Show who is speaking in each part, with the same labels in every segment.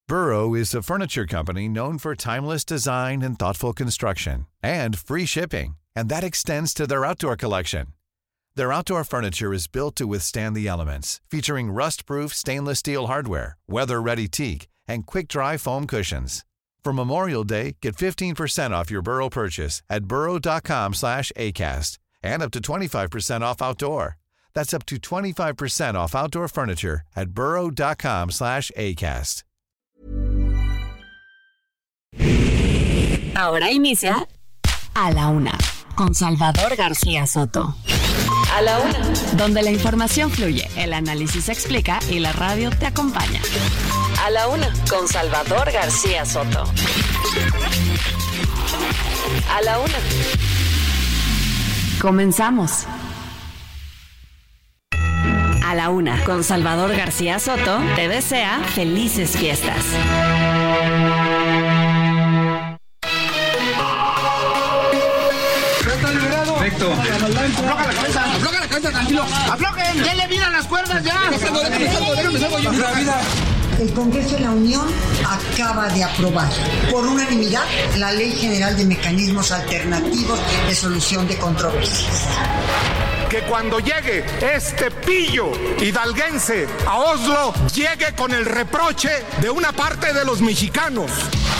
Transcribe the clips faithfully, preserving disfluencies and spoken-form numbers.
Speaker 1: Burrow is a furniture company known for timeless design and thoughtful construction, and free shipping, and that extends to their outdoor collection. Their outdoor furniture is built to withstand the elements, featuring rust-proof stainless steel hardware, weather-ready teak, and quick-dry foam cushions. For Memorial Day, get fifteen percent off your Burrow purchase at burrow.com slash ACAST and up to twenty-five percent off outdoor. That's up to twenty-five percent off outdoor furniture at burrow.com slash ACAST.
Speaker 2: Ahora inicia A la Una con Salvador García Soto. A la Una, donde la información fluye, el análisis se explica y la radio te acompaña. A la Una con Salvador García Soto. A la Una. Comenzamos. A la Una con Salvador García Soto te desea felices fiestas.
Speaker 3: Perfecto. Afloja la cabeza, afloja la cabeza, tranquilo. Aflojen, denle vida a las cuerdas ya.
Speaker 4: El Congreso de la Unión acaba de aprobar por unanimidad la Ley General de Mecanismos Alternativos de Solución de Controversias.
Speaker 5: Que cuando llegue este pillo hidalguense a Oslo, llegue con el reproche de una parte de los mexicanos.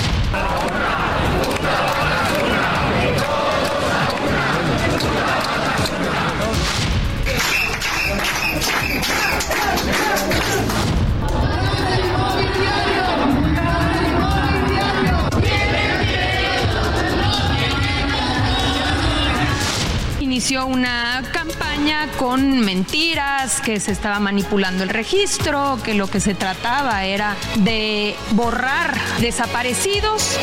Speaker 6: Inició una campaña con mentiras, que se estaba manipulando el registro, que lo que se trataba era de borrar desaparecidos.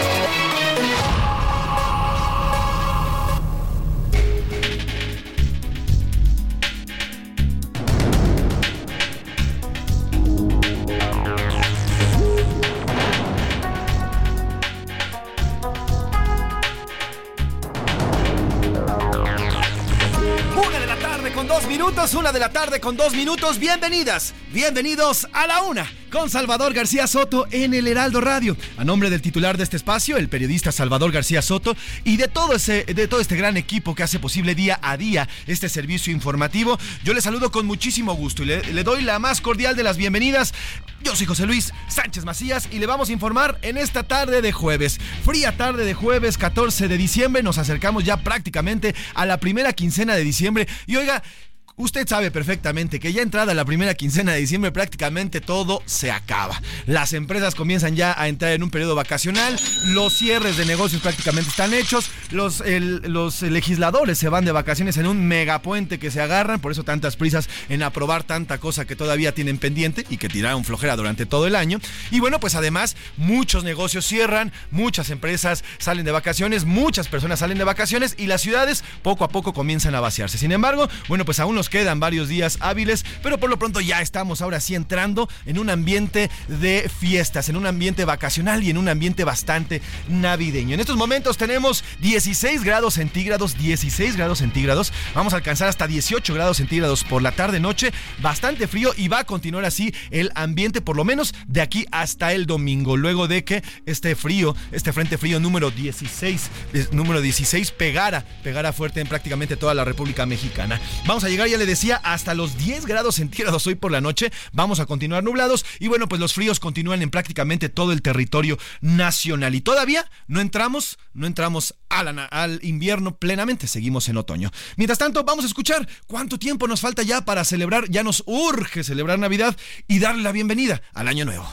Speaker 7: Minutos, una de la tarde con dos minutos. Bienvenidas, bienvenidos a La Una con Salvador García Soto en el Heraldo Radio. A nombre del titular de este espacio, el periodista Salvador García Soto, y de todo ese, de todo este gran equipo que hace posible día a día este servicio informativo, yo le saludo con muchísimo gusto y le, le doy la más cordial de las bienvenidas. Yo soy José Luis Sánchez Macías y le vamos a informar en esta tarde de jueves. Fría tarde de jueves catorce de diciembre. Nos acercamos ya prácticamente a la primera quincena de diciembre. Y oiga, usted sabe perfectamente que ya entrada la primera quincena de diciembre prácticamente todo se acaba. Las empresas comienzan ya a entrar en un periodo vacacional, los cierres de negocios prácticamente están hechos, los, el, los legisladores se van de vacaciones en un megapuente que se agarran, por eso tantas prisas en aprobar tanta cosa que todavía tienen pendiente y que tiraron flojera durante todo el año. Y bueno, pues además muchos negocios cierran, muchas empresas salen de vacaciones, muchas personas salen de vacaciones y las ciudades poco a poco comienzan a vaciarse. Sin embargo, bueno, pues aún nos quedan varios días hábiles, pero por lo pronto ya estamos ahora sí entrando en un ambiente de fiestas, en un ambiente vacacional y en un ambiente bastante navideño. En estos momentos tenemos dieciséis grados centígrados, dieciséis grados centígrados, vamos a alcanzar hasta dieciocho grados centígrados por la tarde-noche, bastante frío y va a continuar así el ambiente por lo menos de aquí hasta el domingo, luego de que este frío, este frente frío número dieciséis, número dieciséis pegara, pegara fuerte en prácticamente toda la República Mexicana. Vamos a llegar ya le decía hasta los diez grados centígrados hoy por la noche, vamos a continuar nublados y bueno, pues los fríos continúan en prácticamente todo el territorio nacional y todavía no entramos, no entramos a la, al invierno plenamente, seguimos en otoño. Mientras tanto, vamos a escuchar cuánto tiempo nos falta ya para celebrar, ya nos urge celebrar Navidad y darle la bienvenida al Año Nuevo.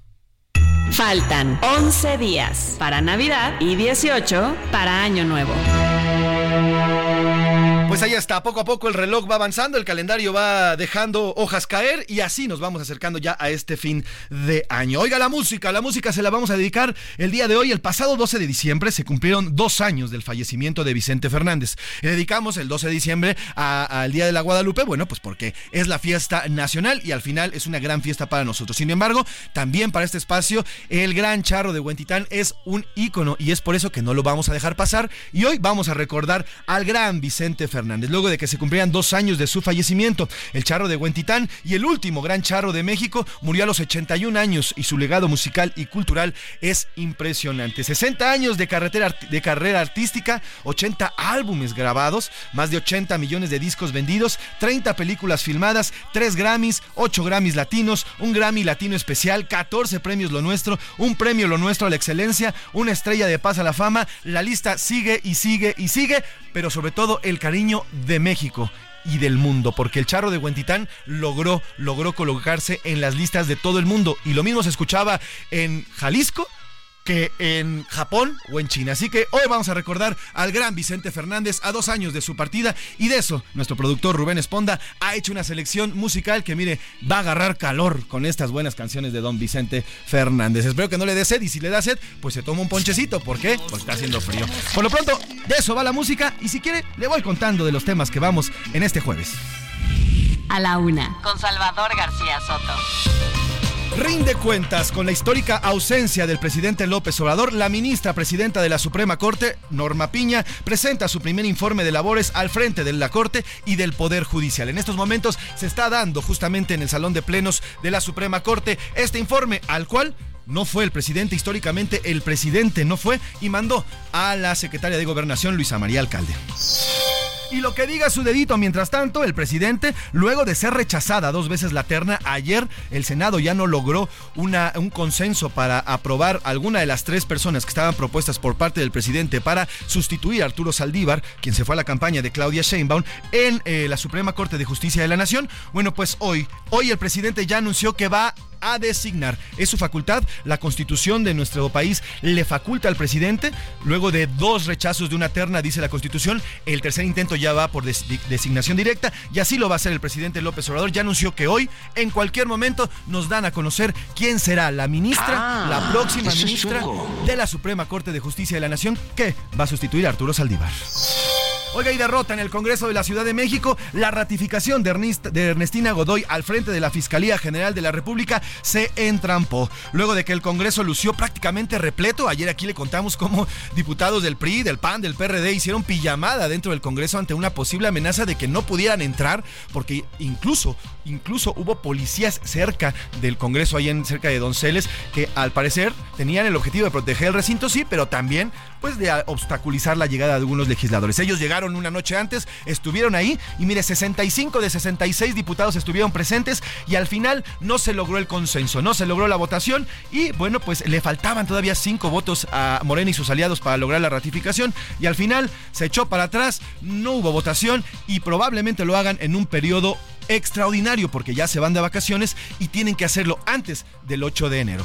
Speaker 2: Faltan once días para Navidad y dieciocho para Año Nuevo.
Speaker 7: Pues ahí está, poco a poco el reloj va avanzando, el calendario va dejando hojas caer y así nos vamos acercando ya a este fin de año. Oiga, la música, la música se la vamos a dedicar el día de hoy. El pasado doce de diciembre se cumplieron dos años del fallecimiento de Vicente Fernández. Le dedicamos el doce de diciembre al Día de la Guadalupe, bueno, pues porque es la fiesta nacional y al final es una gran fiesta para nosotros. Sin embargo, también para este espacio, el Gran Charro de Huentitán es un ícono y es por eso que no lo vamos a dejar pasar y hoy vamos a recordar al gran Vicente Fernández. Fernández, luego de que se cumplieran dos años de su fallecimiento. El charro de Huentitán y el último gran charro de México murió a los ochenta y un años y su legado musical y cultural es impresionante. sesenta años de carrera, de carrera artística, ochenta álbumes grabados, más de ochenta millones de discos vendidos, treinta películas filmadas, tres Grammys, ocho Grammys latinos, un Grammy latino especial, catorce premios Lo Nuestro, un premio Lo Nuestro a la excelencia, una estrella de Paz a la Fama. La lista sigue y sigue y sigue, pero sobre todo el cariño de México y del mundo, porque el charro de Huentitán logró, logró colocarse en las listas de todo el mundo, y lo mismo se escuchaba en Jalisco que en Japón o en China. Así que hoy vamos a recordar al gran Vicente Fernández a dos años de su partida, y de eso nuestro productor Rubén Esponda ha hecho una selección musical que, mire, va a agarrar calor con estas buenas canciones de don Vicente Fernández. Espero que no le dé sed, y si le da sed, pues se toma un ponchecito. ¿Por qué? Porque está haciendo frío. Por lo pronto, de eso va la música, y si quiere, le voy contando de los temas que vamos en este jueves.
Speaker 2: A la una, con Salvador García Soto.
Speaker 7: Rinde cuentas con la histórica ausencia del presidente López Obrador. La ministra presidenta de la Suprema Corte, Norma Piña, presenta su primer informe de labores al frente de la Corte y del Poder Judicial. En estos momentos se está dando justamente en el Salón de Plenos de la Suprema Corte este informe, al cual no fue el presidente. Históricamente el presidente no fue, y mandó a la secretaria de Gobernación, Luisa María Alcalde. Y lo que diga su dedito. Mientras tanto, el presidente, luego de ser rechazada dos veces la terna, ayer el Senado ya no logró una, un consenso para aprobar alguna de las tres personas que estaban propuestas por parte del presidente para sustituir a Arturo Saldívar, quien se fue a la campaña de Claudia Sheinbaum en eh, la Suprema Corte de Justicia de la Nación. Bueno, pues hoy, hoy el presidente ya anunció que va a designar. Es su facultad. La Constitución de nuestro país le faculta al presidente, luego de dos rechazos de una terna, dice la Constitución. El tercer intento ya va por des- designación directa, y así lo va a hacer el presidente López Obrador. Ya anunció que hoy, en cualquier momento, nos dan a conocer quién será la ministra, ah, la próxima ministra de la Suprema Corte de Justicia de la Nación, que va a sustituir a Arturo Saldívar. Oiga, y derrota en el Congreso de la Ciudad de México. La ratificación de, Ernest, de Ernestina Godoy al frente de la Fiscalía General de la República se entrampó. Luego de que el Congreso lució prácticamente repleto, ayer aquí le contamos cómo diputados del P R I, del P A N, del P R D hicieron pijamada dentro del Congreso ante una posible amenaza de que no pudieran entrar, porque incluso, incluso hubo policías cerca del Congreso, ahí en cerca de Donceles, que al parecer tenían el objetivo de proteger el recinto, sí, pero también pues de obstaculizar la llegada de algunos legisladores. Ellos llegaron una noche antes, estuvieron ahí, y mire, sesenta y cinco de sesenta y seis diputados estuvieron presentes, y al final no se logró el consenso, no se logró la votación, y bueno, pues le faltaban todavía cinco votos a Morena y sus aliados para lograr la ratificación, y al final se echó para atrás, no hubo votación, y probablemente lo hagan en un periodo extraordinario, porque ya se van de vacaciones y tienen que hacerlo antes del ocho de enero.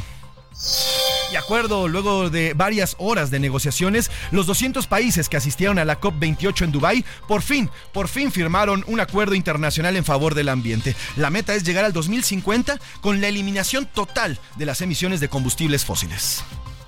Speaker 7: De acuerdo, luego de varias horas de negociaciones, los doscientos países que asistieron a la COP veintiocho en Dubái, por fin, por fin firmaron un acuerdo internacional en favor del ambiente. La meta es llegar al dos mil cincuenta con la eliminación total de las emisiones de combustibles fósiles.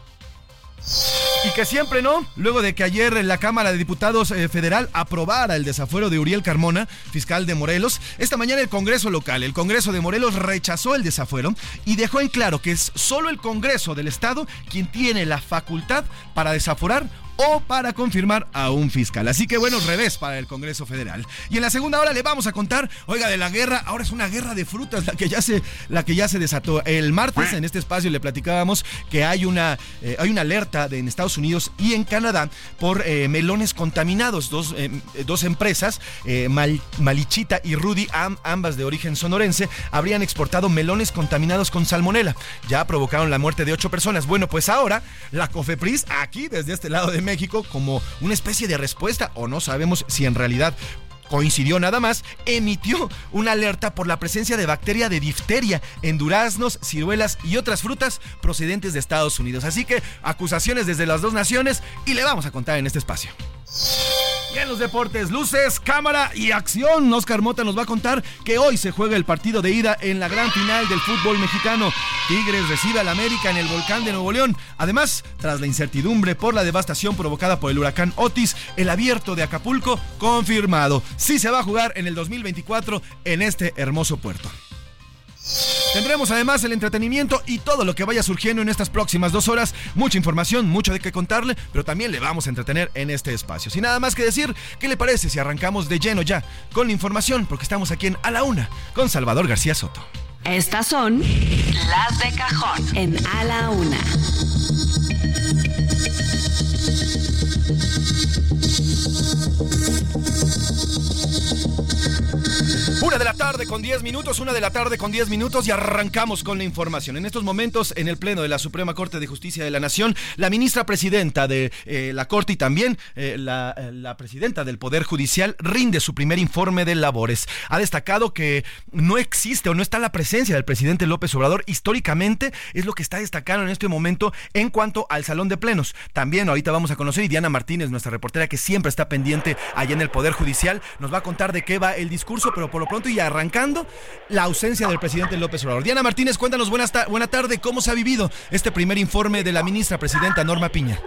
Speaker 7: Y que siempre no, luego de que ayer la Cámara de Diputados eh, Federal aprobara el desafuero de Uriel Carmona, fiscal de Morelos, esta mañana el Congreso local, el Congreso de Morelos, rechazó el desafuero y dejó en claro que es solo el Congreso del Estado quien tiene la facultad para desaforar o para confirmar a un fiscal. Así que bueno, revés para el Congreso Federal. Y en la segunda hora le vamos a contar, oiga, de la guerra. Ahora es una guerra de frutas la que ya se, la que ya se desató. El martes en este espacio le platicábamos que hay una, eh, hay una alerta de, en Estados Unidos y en Canadá por eh, melones contaminados. Dos, eh, dos empresas, eh, Mal, Malichita y Rudy, am, ambas de origen sonorense, habrían exportado melones contaminados con salmonela. Ya provocaron la muerte de ocho personas. Bueno, pues ahora la COFEPRIS, aquí desde este lado de México, como una especie de respuesta, o no sabemos si en realidad coincidió nada más, emitió una alerta por la presencia de bacteria de difteria en duraznos, ciruelas y otras frutas procedentes de Estados Unidos. Así que acusaciones desde las dos naciones, y le vamos a contar en este espacio. Y en los deportes, luces, cámara y acción. Oscar Mota nos va a contar que hoy se juega el partido de ida en la gran final del fútbol mexicano. Tigres recibe al América en el Volcán de Nuevo León. Además, tras la incertidumbre por la devastación provocada por el huracán Otis, el Abierto de Acapulco confirmado. Sí se va a jugar en el dos mil veinticuatro en este hermoso puerto. Tendremos además el entretenimiento y todo lo que vaya surgiendo en estas próximas dos horas. Mucha información, mucho de qué contarle, pero también le vamos a entretener en este espacio. Sin nada más que decir, ¿qué le parece si arrancamos de lleno ya con la información? Porque estamos aquí en A la Una con Salvador García Soto.
Speaker 2: Estas son las de cajón en A la Una.
Speaker 7: Una de la tarde con diez minutos, una de la tarde con diez minutos y arrancamos con la información. En estos momentos, en el Pleno de la Suprema Corte de Justicia de la Nación, la ministra presidenta de eh, la Corte y también eh, la, la presidenta del Poder Judicial rinde su primer informe de labores. Ha destacado que no existe o no está la presencia del presidente López Obrador. Históricamente es lo que está destacando en este momento en cuanto al Salón de Plenos. También ahorita vamos a conocer, y Diana Martínez, nuestra reportera que siempre está pendiente allá en el Poder Judicial, nos va a contar de qué va el discurso, pero por lo pronto y arrancando, la ausencia del presidente López Obrador. Diana Martínez, cuéntanos, buenas ta- buena tarde, ¿cómo se ha vivido este primer informe de la ministra presidenta Norma Piña?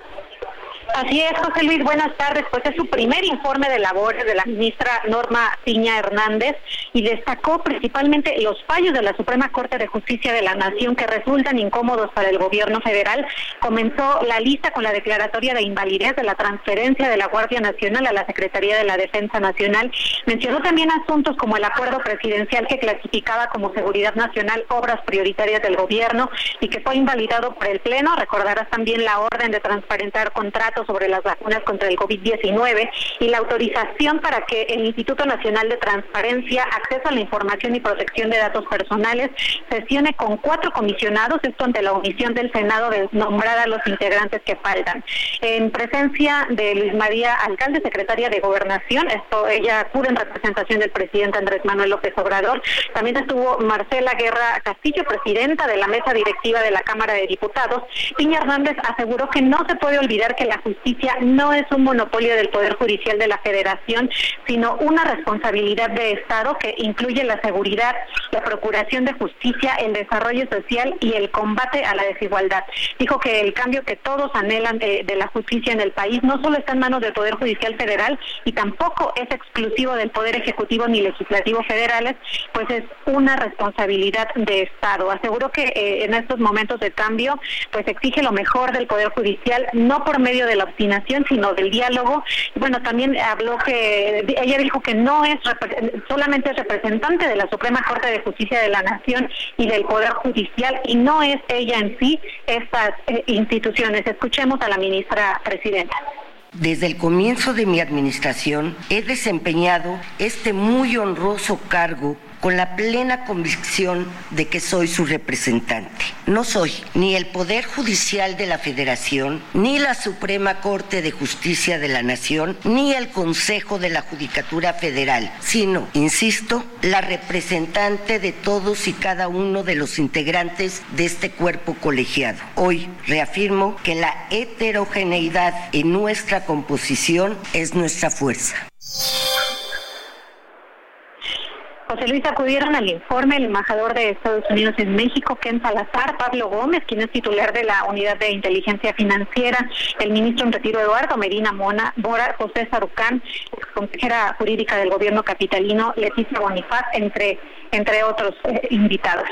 Speaker 8: Así es, José Luis, buenas tardes. Pues es su primer informe de labores de la ministra Norma Piña Hernández y destacó principalmente los fallos de la Suprema Corte de Justicia de la Nación que resultan incómodos para el gobierno federal. Comenzó la lista con la declaratoria de invalidez de la transferencia de la Guardia Nacional a la Secretaría de la Defensa Nacional. Mencionó también asuntos como el acuerdo presidencial que clasificaba como seguridad nacional obras prioritarias del gobierno y que fue invalidado por el Pleno. Recordarás también la orden de transparentar contratos sobre las vacunas contra el COVID diecinueve y la autorización para que el Instituto Nacional de Transparencia, Acceso a la Información y Protección de Datos Personales sesione con cuatro comisionados, esto ante la omisión del Senado de nombrar a los integrantes que faltan. En presencia de Luis María Alcalde, secretaria de Gobernación, esto ella acude en representación del presidente Andrés Manuel López Obrador. También estuvo Marcela Guerra Castillo, presidenta de la mesa directiva de la Cámara de Diputados. Piña Hernández aseguró que no se puede olvidar que la justicia no es un monopolio del Poder Judicial de la Federación, sino una responsabilidad de Estado que incluye la seguridad, la procuración de justicia, el desarrollo social y el combate a la desigualdad. Dijo que el cambio que todos anhelan de, de la justicia en el país no solo está en manos del Poder Judicial Federal y tampoco es exclusivo del Poder Ejecutivo ni Legislativo federales, pues es una responsabilidad de Estado. Aseguró que eh, en estos momentos de cambio, pues exige lo mejor del Poder Judicial, no por medio de la obstinación, sino del diálogo. Y bueno, también habló que, ella dijo que no es solamente es representante de la Suprema Corte de Justicia de la Nación y del Poder Judicial, y no es ella en sí estas eh, instituciones. Escuchemos a la ministra presidenta.
Speaker 9: Desde el comienzo de mi administración he desempeñado este muy honroso cargo con la plena convicción de que soy su representante. No soy ni el Poder Judicial de la Federación, ni la Suprema Corte de Justicia de la Nación, ni el Consejo de la Judicatura Federal, sino, insisto, la representante de todos y cada uno de los integrantes de este cuerpo colegiado. Hoy reafirmo que la heterogeneidad en nuestra composición es nuestra fuerza.
Speaker 8: José Luis, acudieron al informe el embajador de Estados Unidos en México, Ken Salazar, Pablo Gómez, quien es titular de la Unidad de Inteligencia Financiera, el ministro en retiro Eduardo Medina Mona, Mora, José Sarucán, consejera jurídica del gobierno capitalino, Leticia Bonifaz, entre, entre otros eh, invitados.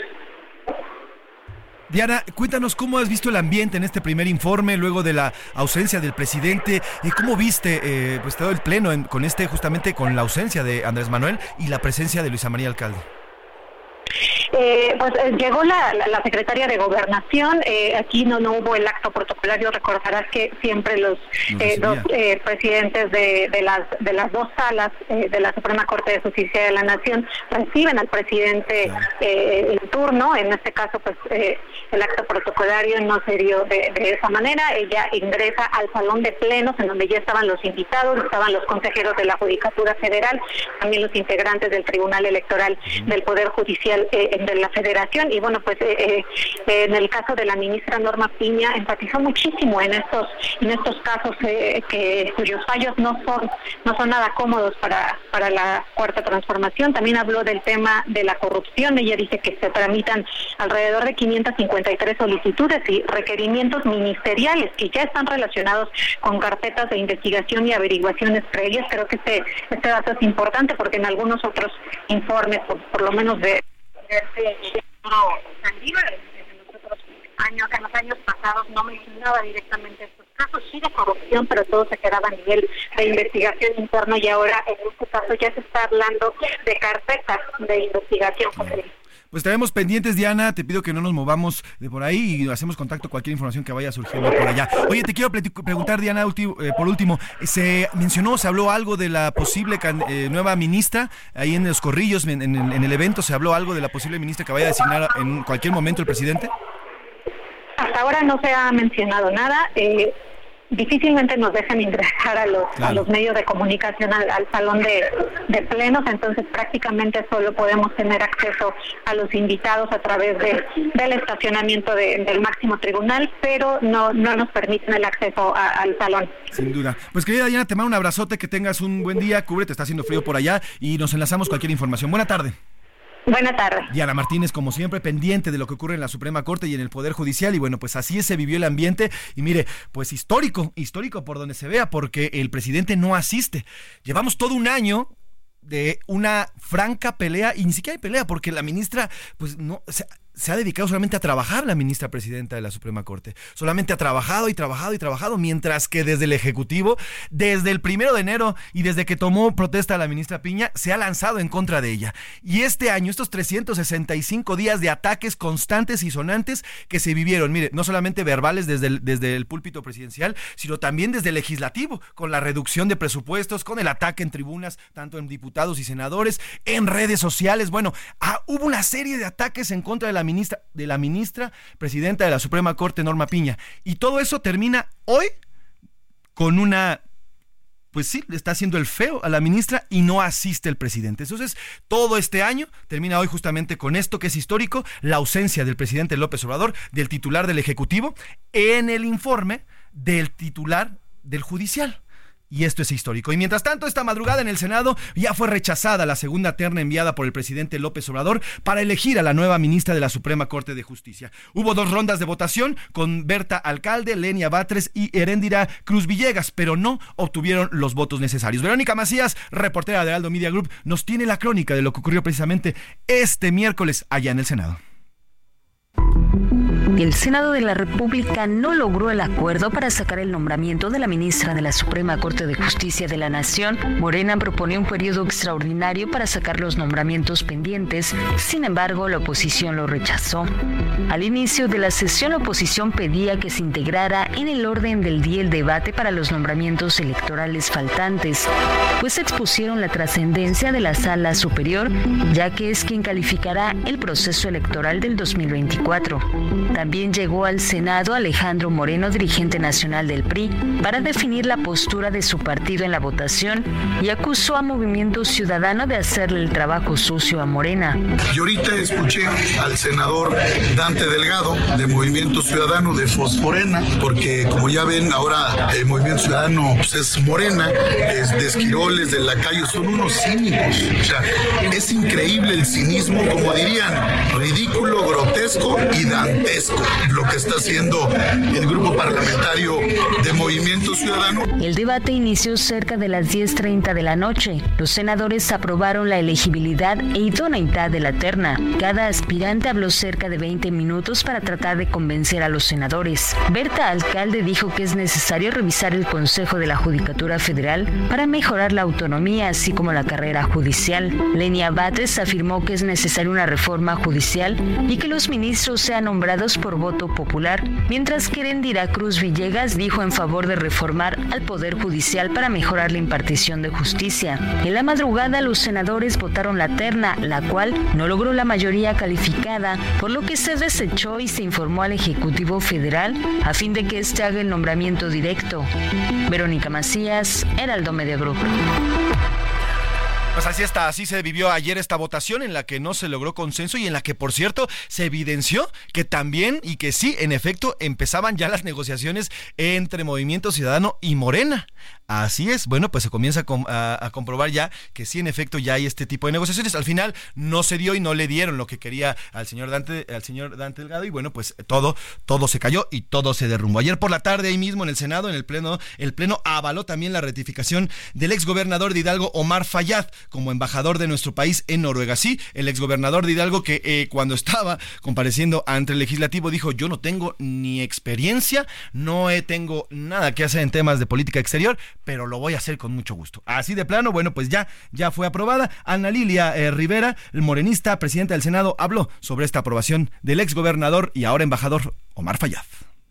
Speaker 7: Diana, cuéntanos cómo has visto el ambiente en este primer informe, luego de la ausencia del presidente, y cómo viste eh, pues todo el pleno en, con este justamente con la ausencia de Andrés Manuel y la presencia de Luisa María Alcalde.
Speaker 8: Eh, pues eh, llegó la, la, la secretaria de Gobernación, eh, aquí no, no hubo el acto protocolario. Recordarás que siempre los eh, dos eh, presidentes de, de las de las dos salas eh, de la Suprema Corte de Justicia de la Nación reciben al presidente claro. eh, en turno. En este caso, pues eh, el acto protocolario no se dio de, de esa manera. Ella ingresa al salón de plenos, en donde ya estaban los invitados, estaban los consejeros de la Judicatura Federal, también los integrantes del Tribunal Electoral uh-huh. del Poder Judicial eh, de la Federación. Y bueno, pues eh, eh, en el caso de la ministra Norma Piña enfatizó muchísimo en estos en estos casos eh, que cuyos fallos no son no son nada cómodos para para la Cuarta Transformación. También habló del tema de la corrupción. Ella dice que se tramitan alrededor de quinientas cincuenta y tres solicitudes y requerimientos ministeriales que ya están relacionados con carpetas de investigación y averiguaciones previas. Creo que este este dato es importante porque en algunos otros informes, por, por lo menos de ministro Saldívar en los otros años, en los años pasados no mencionaba directamente estos casos, sí de corrupción, pero todo se quedaba a nivel de investigación interna y ahora en este caso ya se está hablando de carpetas de investigación.
Speaker 7: Pues estaremos pendientes, Diana, te pido que no nos movamos de por ahí y hacemos contacto con cualquier información que vaya surgiendo por allá. Oye, te quiero preguntar, Diana, ulti- eh, por último, ¿se mencionó, se habló algo de la posible can- eh, nueva ministra? Ahí en Los Corrillos, en, en, en el evento, ¿se habló algo de la posible ministra que vaya a designar en cualquier momento el presidente?
Speaker 8: Hasta ahora no se ha mencionado nada. Eh, difícilmente nos dejan ingresar a los claro. a los medios de comunicación al, al salón de, de plenos, entonces prácticamente solo podemos tener acceso a los invitados a través de, del estacionamiento de, del máximo tribunal, pero no no nos permiten el acceso a, al salón.
Speaker 7: Sin duda. Pues querida Diana, te mando un abrazote, que tengas un buen día, cúbrete, está haciendo frío por allá y nos enlazamos cualquier información. Buena tarde.
Speaker 8: Buenas tardes.
Speaker 7: Diana Martínez, como siempre, pendiente de lo que ocurre en la Suprema Corte y en el Poder Judicial. Y bueno, pues así se vivió el ambiente. Y mire, pues histórico, histórico por donde se vea, porque el presidente no asiste. Llevamos todo un año de una franca pelea, y ni siquiera hay pelea, porque la ministra, pues no... O sea, se ha dedicado solamente a trabajar, la ministra presidenta de la Suprema Corte. Solamente ha trabajado y trabajado y trabajado, mientras que desde el Ejecutivo, desde el primero de enero y desde que tomó protesta la ministra Piña, se ha lanzado en contra de ella. Y este año, estos trescientos sesenta y cinco días de ataques constantes y sonantes que se vivieron, mire, no solamente verbales desde el, desde el púlpito presidencial, sino también desde el legislativo, con la reducción de presupuestos, con el ataque en tribunas, tanto en diputados y senadores, en redes sociales. Bueno, ah, hubo una serie de ataques en contra de la ministra, de la ministra presidenta de la Suprema Corte, Norma Piña, y todo eso termina hoy con una, pues sí, le está haciendo el feo a la ministra y no asiste el presidente. Entonces, todo este año termina hoy justamente con esto que es histórico, la ausencia del presidente López Obrador, del titular del Ejecutivo, en el informe del titular del Judicial. Y esto es histórico. Y mientras tanto, esta madrugada en el Senado ya fue rechazada la segunda terna enviada por el presidente López Obrador para elegir a la nueva ministra de la Suprema Corte de Justicia. Hubo dos rondas de votación con Berta Alcalde, Lenia Batres y Heréndira Cruz Villegas, pero no obtuvieron los votos necesarios. Verónica Macías, reportera de Heraldo Media Group, nos tiene la crónica de lo que ocurrió precisamente este miércoles allá en el Senado.
Speaker 2: El Senado de la República no logró el acuerdo para sacar el nombramiento de la ministra de la Suprema Corte de Justicia de la Nación. Morena proponía un periodo extraordinario para sacar los nombramientos pendientes. Sin embargo, la oposición lo rechazó. Al inicio de la sesión, la oposición pedía que se integrara en el orden del día el debate para los nombramientos electorales faltantes, pues expusieron la trascendencia de la Sala Superior, ya que es quien calificará el proceso electoral del dos mil veinticuatro. También llegó al Senado Alejandro Moreno, dirigente nacional del P R I, para definir la postura de su partido en la votación y acusó a Movimiento Ciudadano de hacerle el trabajo sucio a Morena.
Speaker 10: Y ahorita escuché al senador Dante Delgado de Movimiento Ciudadano de Fosforena, porque como ya ven ahora el Movimiento Ciudadano pues, es Morena, es de Esquiroles, de Lacayo, son unos cínicos. O sea, es increíble el cinismo, como dirían, ridículo, grotesco y dantesco lo que está haciendo el grupo parlamentario de Movimiento Ciudadano.
Speaker 2: El debate inició cerca de las diez treinta de la noche. Los senadores aprobaron la elegibilidad e idoneidad de la terna. Cada aspirante habló cerca de veinte minutos para tratar de convencer a los senadores. Berta Alcalde dijo que es necesario revisar el Consejo de la Judicatura Federal para mejorar la autonomía, así como la carrera judicial. Lenia Batres afirmó que es necesaria una reforma judicial y que los ministros sean nombrados por voto popular, mientras que Heréndira Cruz Villegas dijo en favor de reformar al Poder Judicial para mejorar la impartición de justicia. En la madrugada, los senadores votaron la terna, la cual no logró la mayoría calificada, por lo que se desechó y se informó al Ejecutivo Federal a fin de que éste haga el nombramiento directo. Verónica Macías, Heraldo Media Group.
Speaker 7: Pues así está, así se vivió ayer esta votación en la que no se logró consenso y en la que, por cierto, se evidenció que también y que sí, en efecto, empezaban ya las negociaciones entre Movimiento Ciudadano y Morena. Así es, bueno, pues se comienza a, com- a, a comprobar ya que sí, en efecto, ya hay este tipo de negociaciones. Al final no se dio y no le dieron lo que quería al señor Dante, al señor Dante Delgado, y bueno, pues todo, todo se cayó y todo se derrumbó. Ayer por la tarde, ahí mismo en el Senado, en el Pleno, el Pleno avaló también la ratificación del exgobernador de Hidalgo, Omar Fayad, como embajador de nuestro país en Noruega. Sí, el exgobernador de Hidalgo que eh, cuando estaba compareciendo ante el legislativo dijo: yo no tengo ni experiencia, no eh, tengo nada que hacer en temas de política exterior, pero lo voy a hacer con mucho gusto. Así de plano, bueno, pues ya, ya fue aprobada. Ana Lilia eh, Rivera, el morenista, presidenta del Senado, habló sobre esta aprobación del exgobernador y ahora embajador Omar Fayad.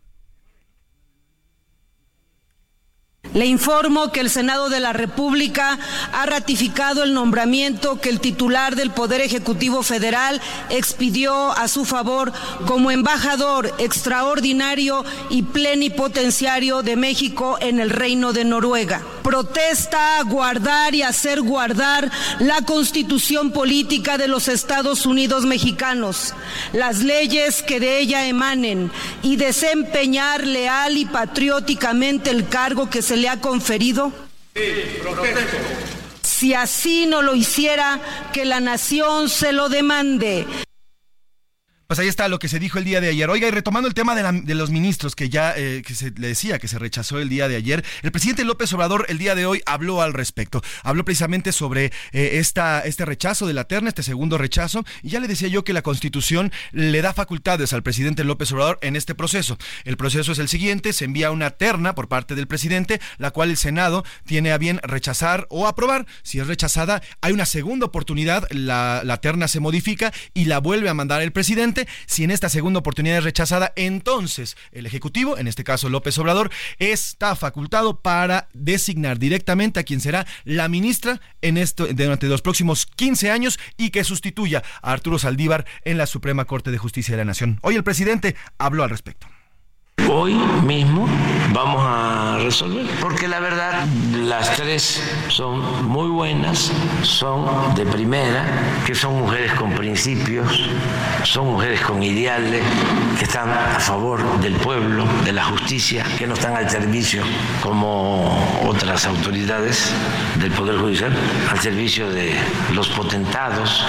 Speaker 11: Le informo que el Senado de la República ha ratificado el nombramiento que el titular del Poder Ejecutivo Federal expidió a su favor como embajador extraordinario y plenipotenciario de México en el Reino de Noruega. Protesta guardar y hacer guardar la Constitución política de los Estados Unidos mexicanos, las leyes que de ella emanen y desempeñar leal y patrióticamente el cargo que se le ha conferido?
Speaker 5: Sí, protesto.
Speaker 11: Si así no lo hiciera, que la nación se lo demande.
Speaker 7: Pues ahí está lo que se dijo el día de ayer. Oiga, y retomando el tema de, la, de los ministros que ya eh, que se le decía que se rechazó el día de ayer, el presidente López Obrador el día de hoy habló al respecto. Habló precisamente sobre eh, esta, este rechazo de la terna, este segundo rechazo, y ya le decía yo que la Constitución le da facultades al presidente López Obrador en este proceso. El proceso es el siguiente: se envía una terna por parte del presidente, la cual el Senado tiene a bien rechazar o aprobar. Si es rechazada, hay una segunda oportunidad, la, la terna se modifica y la vuelve a mandar el presidente. Si en esta segunda oportunidad es rechazada, entonces el Ejecutivo, en este caso López Obrador, está facultado para designar directamente a quien será la ministra en esto durante los próximos quince años y que sustituya a Arturo Saldívar en la Suprema Corte de Justicia de la Nación. Hoy el presidente habló al respecto.
Speaker 12: Hoy mismo vamos a resolver, porque la verdad las tres son muy buenas, son de primera, que son mujeres con principios, son mujeres con ideales, que están a favor del pueblo, de la justicia, que no están al servicio como otras autoridades del Poder Judicial, al servicio de los potentados.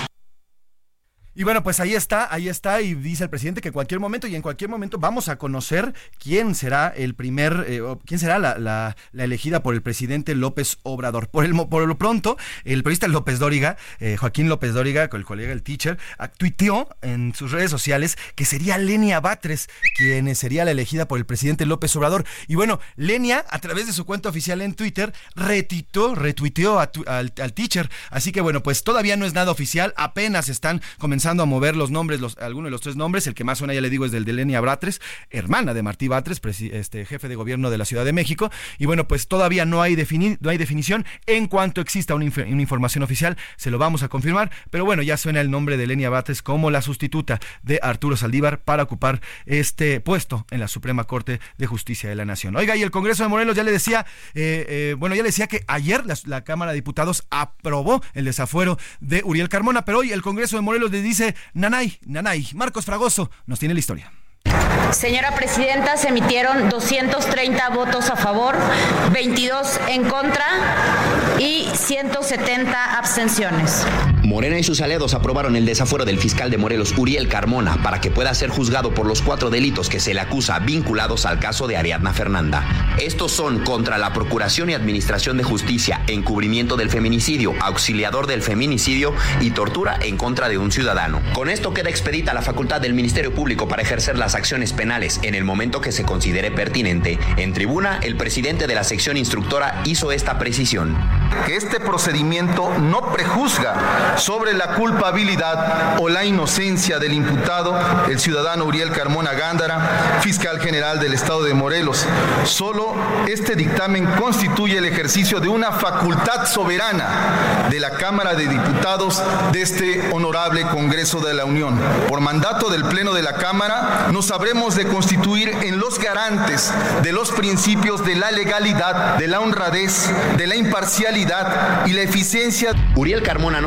Speaker 7: Y bueno, pues ahí está, ahí está, y dice el presidente que en cualquier momento, y en cualquier momento vamos a conocer quién será el primer, eh, quién será la, la, la elegida por el presidente López Obrador. Por el por lo pronto, el periodista López Dóriga, eh, Joaquín López Dóriga, con el colega el teacher, tuiteó en sus redes sociales que sería Lenia Batres quien sería la elegida por el presidente López Obrador. Y bueno, Lenia, a través de su cuenta oficial en Twitter, retuiteó, retuiteó a tu, al, al teacher. Así que bueno, pues todavía no es nada oficial, apenas están comenzando a mover los nombres, los, algunos de los tres nombres. El que más suena, ya le digo, es del de Lenia Batres, hermana de Martí Batres, presi, este, jefe de gobierno de la Ciudad de México. Y bueno, pues todavía no hay, defini, no hay definición. En cuanto exista una, inf- una información oficial, se lo vamos a confirmar. Pero bueno, ya suena el nombre de Lenia Batres como la sustituta de Arturo Saldívar para ocupar este puesto en la Suprema Corte de Justicia de la Nación. Oiga, y el Congreso de Morelos ya le decía, eh, eh, bueno, ya le decía que ayer la, la Cámara de Diputados aprobó el desafuero de Uriel Carmona, pero hoy el Congreso de Morelos le dice Nanay, Nanay. Marcos Fragoso nos tiene la historia.
Speaker 13: Señora Presidenta, se emitieron doscientos treinta votos a favor, veintidós en contra y ciento setenta abstenciones.
Speaker 14: Morena y sus aliados aprobaron el desafuero del fiscal de Morelos, Uriel Carmona, para que pueda ser juzgado por los cuatro delitos que se le acusa vinculados al caso de Ariadna Fernanda. Estos son contra la Procuración y Administración de Justicia, encubrimiento del feminicidio, auxiliador del feminicidio y tortura en contra de un ciudadano. Con esto queda expedita la facultad del Ministerio Público para ejercer las acciones penales en el momento que se considere pertinente. En tribuna, el presidente de la sección instructora hizo esta precisión.
Speaker 15: Que este procedimiento no prejuzga sobre la culpabilidad o la inocencia del imputado, el ciudadano Uriel Carmona Gándara, fiscal general del estado de Morelos. Solo este dictamen constituye el ejercicio de una facultad soberana de la Cámara de Diputados de este honorable Congreso de la Unión. Por mandato del Pleno de la Cámara, nos habremos de constituir en los garantes de los principios de la legalidad, de la honradez, de la imparcialidad y la eficiencia.
Speaker 14: Uriel Carmona no se presentó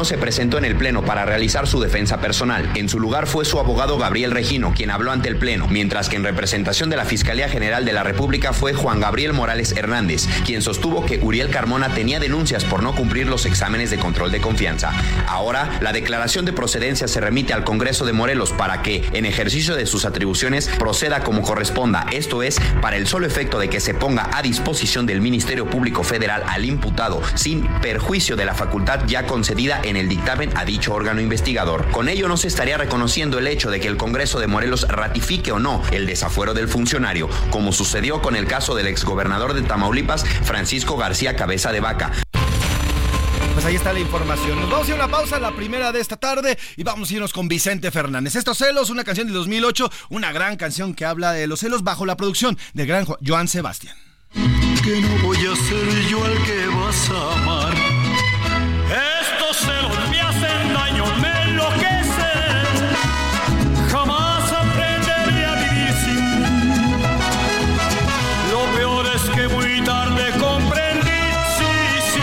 Speaker 14: presentó en el Pleno para realizar su defensa personal. En su lugar fue su abogado Gabriel Regino, quien habló ante el Pleno, mientras que en representación de la Fiscalía General de la República fue Juan Gabriel Morales Hernández, quien sostuvo que Uriel Carmona tenía denuncias por no cumplir los exámenes de control de confianza. Ahora, la declaración de procedencia se remite al Congreso de Morelos para que, en ejercicio de sus atribuciones, proceda como corresponda, esto es, para el solo efecto de que se ponga a disposición del Ministerio Público Federal al imputado, sin perjuicio de la facultad ya concedida en el dictamen a dicho órgano investigador. Con ello no se estaría reconociendo el hecho de que el Congreso de Morelos ratifique o no el desafuero del funcionario, como sucedió con el caso del exgobernador de Tamaulipas, Francisco García Cabeza de Vaca.
Speaker 7: Pues ahí está la información. Nos vamos a ir a una pausa, la primera de esta tarde, y vamos a irnos con Vicente Fernández. Estos celos, una canción de dos mil ocho, una gran canción que habla de los celos bajo la producción del gran Joan Sebastián.
Speaker 16: Que no voy a ser yo al que vas a amar. Estos celos me hacen daño, me enloquecen. Jamás aprenderé a vivir sin ti. Lo peor es que muy tarde comprendí, sí,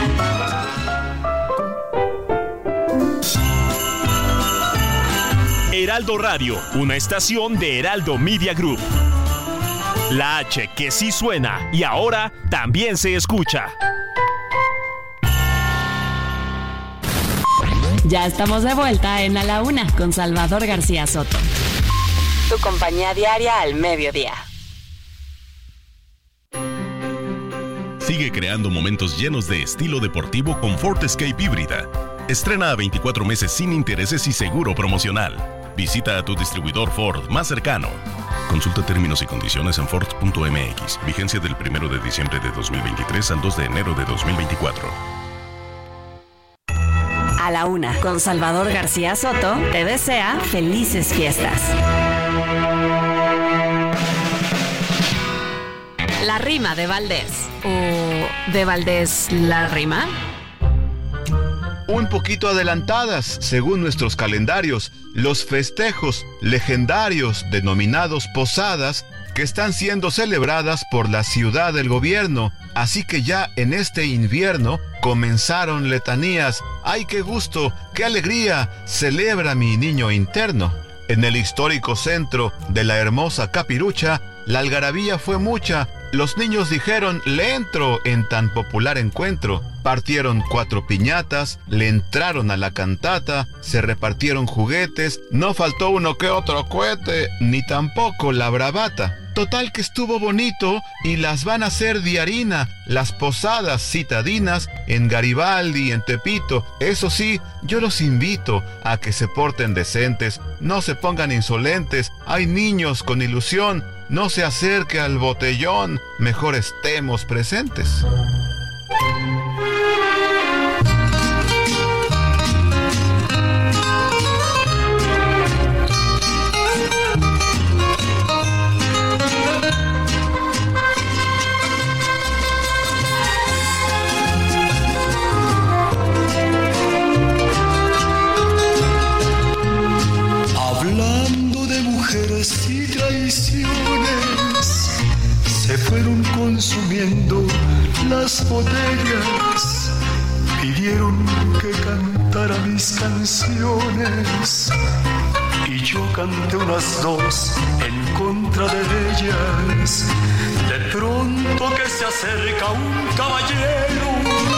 Speaker 16: sí.
Speaker 17: Heraldo Radio, una estación de Heraldo Media Group. La H que sí suena y ahora también se escucha.
Speaker 2: Ya estamos de vuelta en A la Una con Salvador García Soto. Tu compañía diaria al mediodía.
Speaker 18: Sigue creando momentos llenos de estilo deportivo con Ford Escape híbrida. Estrena a veinticuatro meses sin intereses y seguro promocional. Visita a tu distribuidor Ford más cercano. Consulta términos y condiciones en Ford punto M X. Vigencia del primero de diciembre de dos mil veintitrés al dos de enero de dos mil veinticuatro.
Speaker 2: A la Una con Salvador García Soto te desea felices fiestas. La rima de Valdés. ¿O de Valdés la rima?
Speaker 19: Un poquito adelantadas, según nuestros calendarios, los festejos legendarios denominados posadas que están siendo celebradas por la ciudad del gobierno. Así que ya en este invierno comenzaron letanías. ¡Ay, qué gusto! ¡Qué alegría! Celebra mi niño interno. En el histórico centro de la hermosa Capirucha, la algarabía fue mucha. Los niños dijeron, le entro en tan popular encuentro. Partieron cuatro piñatas, le entraron a la cantata, se repartieron juguetes, no faltó uno que otro cohete, ni tampoco la bravata. Total que estuvo bonito y las van a hacer de harina, las posadas citadinas en Garibaldi, en Tepito. Eso sí, yo los invito a que se porten decentes, no se pongan insolentes, hay niños con ilusión, no se acerque al botellón, mejor estemos presentes.
Speaker 16: Hablando de mujeres y traiciones, se fueron consumiendo las botellas, pidieron que cantara mis canciones y yo canté unas dos en contra de ellas. De pronto que se acerca un caballero,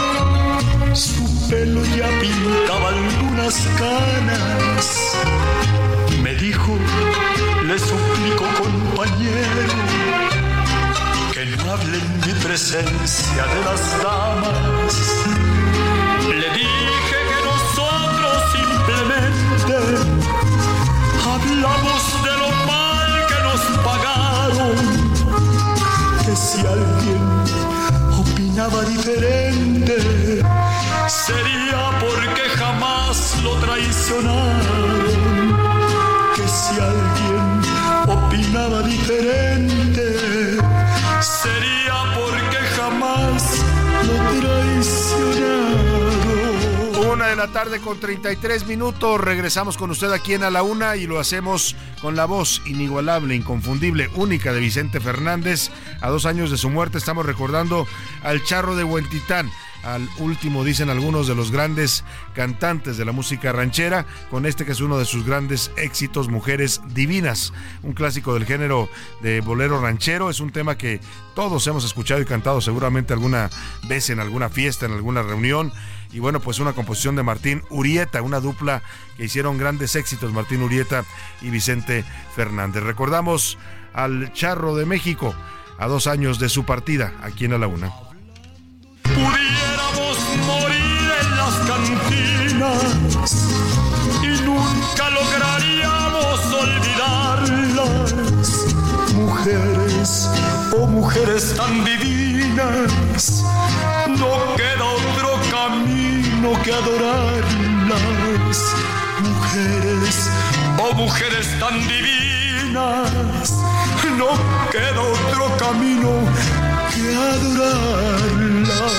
Speaker 16: su pelo ya pintaba algunas canas. Me dijo, le suplico compañero, que no hable en mi presencia de las damas. Le dije que nosotros simplemente hablamos de lo mal que nos pagaron, que si alguien opinaba diferente sería porque jamás lo traicionaron, que si alguien opinaba diferente sería porque jamás lo traicionaron.
Speaker 5: Una de la tarde con treinta y tres minutos. Regresamos con usted aquí en A la Una y lo hacemos con la voz inigualable, inconfundible, única de Vicente Fernández. A dos años de su muerte estamos recordando al Charro de Huentitán.
Speaker 20: al último, dicen algunos, de los grandes cantantes de la música ranchera, con este que es uno de sus grandes éxitos, Mujeres Divinas, un clásico del género de bolero ranchero. Es un tema que todos hemos escuchado y cantado seguramente alguna vez en alguna fiesta, en alguna reunión. Y bueno, pues una composición de Martín Urieta, una dupla que hicieron grandes éxitos, Martín Urieta y Vicente Fernández. Recordamos al Charro de México a dos años de su partida aquí en A la Una.
Speaker 16: Pudiéramos morir en las cantinas y nunca lograríamos olvidarlas. Mujeres, oh mujeres tan divinas, no queda otro camino que adorarlas. Mujeres, oh mujeres tan divinas, no queda otro camino que adorarlas.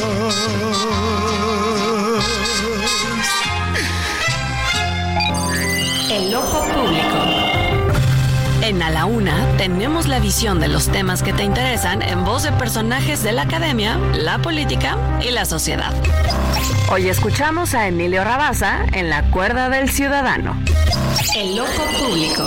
Speaker 2: El ojo público. En A la Una tenemos la visión de los temas que te interesan en voz de personajes de la academia, la política y la sociedad. Hoy escuchamos a Emilio Rabasa en La Cuerda del Ciudadano. El ojo público.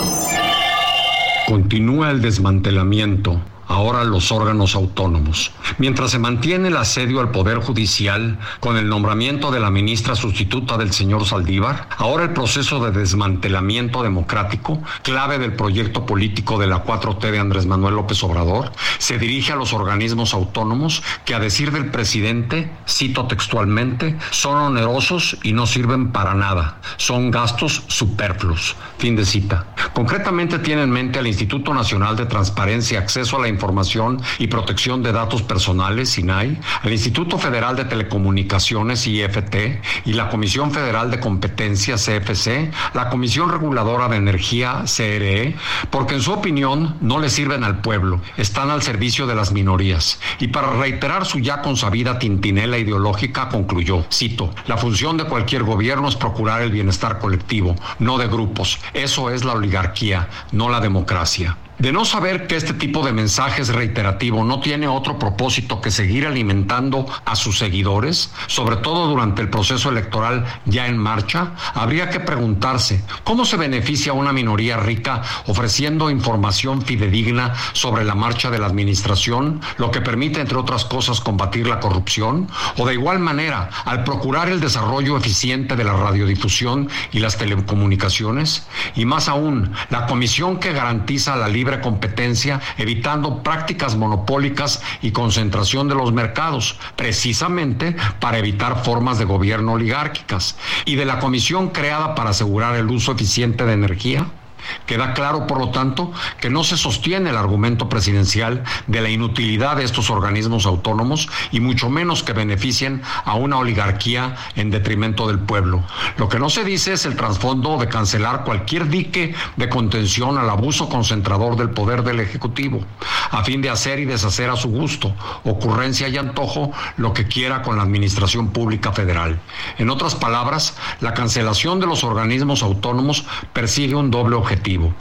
Speaker 21: Continúa el desmantelamiento. Ahora los órganos autónomos. Mientras se mantiene el asedio al Poder Judicial con el nombramiento de la ministra sustituta del señor Saldívar, ahora el proceso de desmantelamiento democrático, clave del proyecto político de la cuatro T de Andrés Manuel López Obrador, se dirige a los organismos autónomos que, a decir del presidente, cito textualmente, son onerosos y no sirven para nada, son gastos superfluos. Fin de cita. Concretamente tiene en mente al Instituto Nacional de Transparencia y Acceso a la Información y Protección de Datos Personales, I N A I, al Instituto Federal de Telecomunicaciones, I F T, y la Comisión Federal de Competencia, C F C, la Comisión Reguladora de Energía, C R E, porque en su opinión no le sirven al pueblo, están al servicio de las minorías. Y para reiterar su ya consabida tintinela ideológica, concluyó, cito, la función de cualquier gobierno es procurar el bienestar colectivo, no de grupos. Eso es la oligarquía, no la democracia. De no saber que este tipo de mensajes reiterativo no tiene otro propósito que seguir alimentando a sus seguidores, sobre todo durante el proceso electoral ya en marcha, habría que preguntarse cómo se beneficia a una minoría rica ofreciendo información fidedigna sobre la marcha de la administración, lo que permite, entre otras cosas, combatir la corrupción, o de igual manera, al procurar el desarrollo eficiente de la radiodifusión y las telecomunicaciones, y más aún, la comisión que garantiza la libre competencia, evitando prácticas monopólicas y concentración de los mercados, precisamente para evitar formas de gobierno oligárquicas, y de la comisión creada para asegurar el uso eficiente de energía. Queda claro, por lo tanto, que no se sostiene el argumento presidencial de la inutilidad de estos organismos autónomos y mucho menos que beneficien a una oligarquía en detrimento del pueblo. Lo que no se dice es el trasfondo de cancelar cualquier dique de contención al abuso concentrador del poder del Ejecutivo, a fin de hacer y deshacer a su gusto, ocurrencia y antojo, lo que quiera con la administración pública federal. En otras palabras, la cancelación de los organismos autónomos persigue un doble objetivo.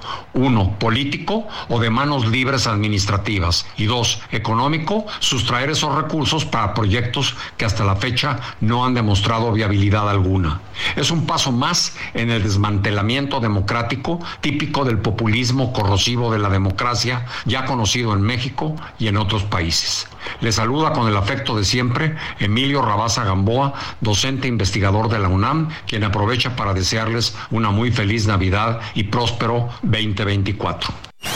Speaker 21: Uno, político o de manos libres administrativas. Y dos, económico, sustraer esos recursos para proyectos que hasta la fecha no han demostrado viabilidad alguna. Es un paso más en el desmantelamiento democrático típico del populismo corrosivo de la democracia ya conocido en México y en otros países. Le saluda con el afecto de siempre Emilio Rabasa Gamboa, docente investigador de la UNAM, quien aprovecha para desearles una muy feliz Navidad y próspero veinte veinticuatro.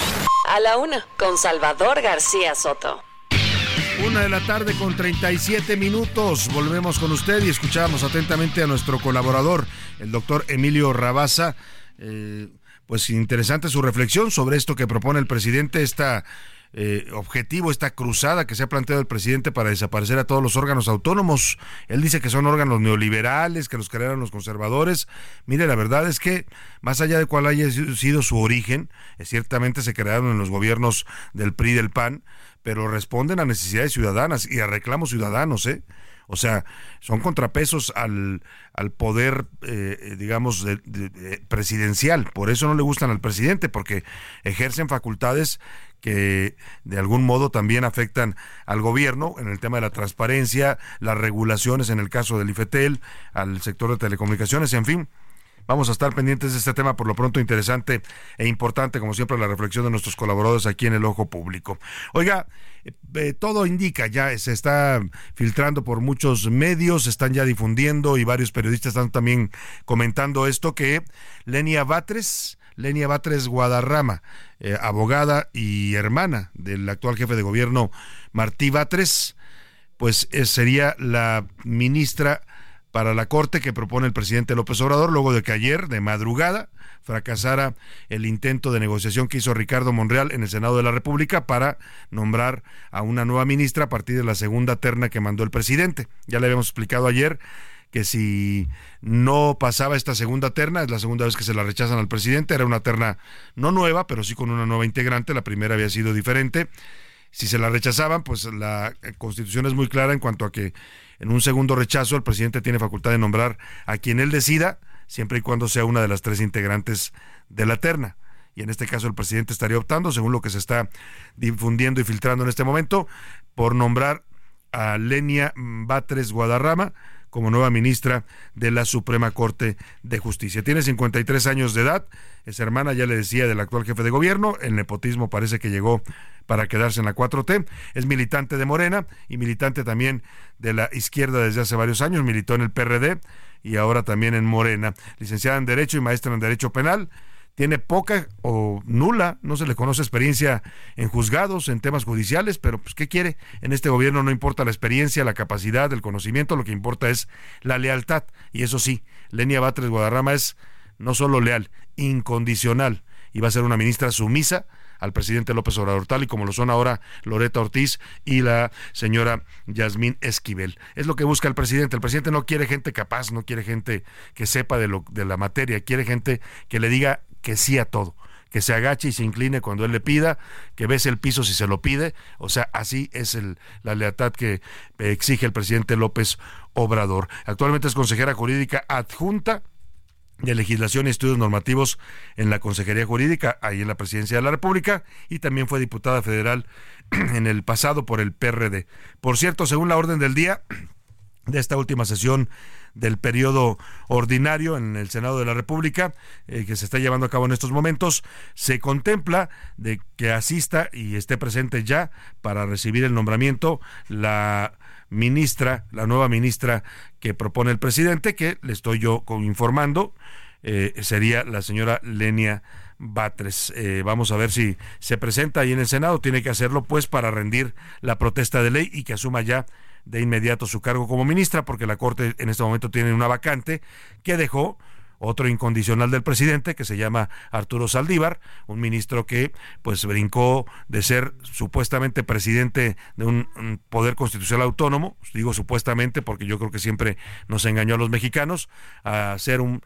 Speaker 2: A la Una, con Salvador García Soto.
Speaker 20: Una de la tarde con treinta y siete minutos. Volvemos con usted y escuchamos atentamente a nuestro colaborador, el doctor Emilio Rabasa. Eh, pues interesante su reflexión sobre esto que propone el presidente, esta eh, objetivo, esta cruzada que se ha planteado el presidente para desaparecer a todos los órganos autónomos. Él dice que son órganos neoliberales, que los crearon los conservadores. Mire, la verdad es que más allá de cuál haya sido su origen, eh, ciertamente se crearon en los gobiernos del P R I y del P A N, pero responden a necesidades ciudadanas y a reclamos ciudadanos, ¿eh? O sea, son contrapesos al, al poder, eh, digamos, de, de, de presidencial. Por eso no le gustan al presidente, porque ejercen facultades que de algún modo también afectan al gobierno en el tema de la transparencia, las regulaciones en el caso del IFETEL, al sector de telecomunicaciones, en fin. Vamos a estar pendientes de este tema, por lo pronto interesante e importante, como siempre, la reflexión de nuestros colaboradores aquí en el Ojo Público. Oiga, eh, todo indica, ya se está filtrando por muchos medios, se están ya difundiendo y varios periodistas están también comentando esto, que Lenia Batres, Lenia Batres Guadarrama, eh, abogada y hermana del actual jefe de gobierno Martí Batres, pues eh, sería la ministra para la Corte que propone el presidente López Obrador, luego de que ayer, de madrugada, fracasara el intento de negociación que hizo Ricardo Monreal en el Senado de la República para nombrar a una nueva ministra a partir de la segunda terna que mandó el presidente. Ya le habíamos explicado ayer que si no pasaba esta segunda terna, es la segunda vez que se la rechazan al presidente, era una terna no nueva, pero sí con una nueva integrante, la primera había sido diferente. Si se la rechazaban, pues la Constitución es muy clara en cuanto a que en un segundo rechazo el presidente tiene facultad de nombrar a quien él decida, siempre y cuando sea una de las tres integrantes de la terna. Y en este caso el presidente estaría optando, según lo que se está difundiendo y filtrando en este momento, por nombrar a Lenia Batres Guadarrama como nueva ministra de la Suprema Corte de Justicia. Tiene cincuenta y tres años de edad, es hermana, ya le decía, del actual jefe de gobierno. El nepotismo parece que llegó para quedarse en la cuatro T, es militante de Morena y militante también de la izquierda desde hace varios años, militó en el P R D y ahora también en Morena, licenciada en Derecho y maestra en Derecho Penal. Tiene poca o nula, no se le conoce experiencia en juzgados, en temas judiciales, pero pues ¿qué quiere? En este gobierno no importa la experiencia, la capacidad, el conocimiento, lo que importa es la lealtad. Y eso sí, Lenia Batres Guadarrama es no solo leal, incondicional, y va a ser una ministra sumisa al presidente López Obrador, tal y como lo son ahora Loretta Ortiz y la señora Yasmín Esquivel. Es lo que busca el presidente. El presidente no quiere gente capaz, no quiere gente que sepa de, lo, de la materia, quiere gente que le diga que sí a todo, que se agache y se incline cuando él le pida, que bese el piso si se lo pide. O sea, así es el, la lealtad que exige el presidente López Obrador. Actualmente es consejera jurídica adjunta de Legislación y Estudios Normativos en la Consejería Jurídica, ahí en la Presidencia de la República, y también fue diputada federal en el pasado por el P R D. Por cierto, según la orden del día de esta última sesión del periodo ordinario en el Senado de la República, eh, que se está llevando a cabo en estos momentos, se contempla de que asista y esté presente ya para recibir el nombramiento la ministra, la nueva ministra que propone el presidente, que le estoy yo informando, eh, sería la señora Lenia Batres. Eh, vamos a ver si se presenta ahí en el Senado. Tiene que hacerlo pues para rendir la protesta de ley y que asuma ya de inmediato su cargo como ministra, porque la Corte en este momento tiene una vacante que dejó otro incondicional del presidente, que se llama Arturo Saldívar, un ministro que pues brincó de ser supuestamente presidente de un, un poder constitucional autónomo, digo supuestamente porque yo creo que siempre nos engañó a los mexicanos, a ser un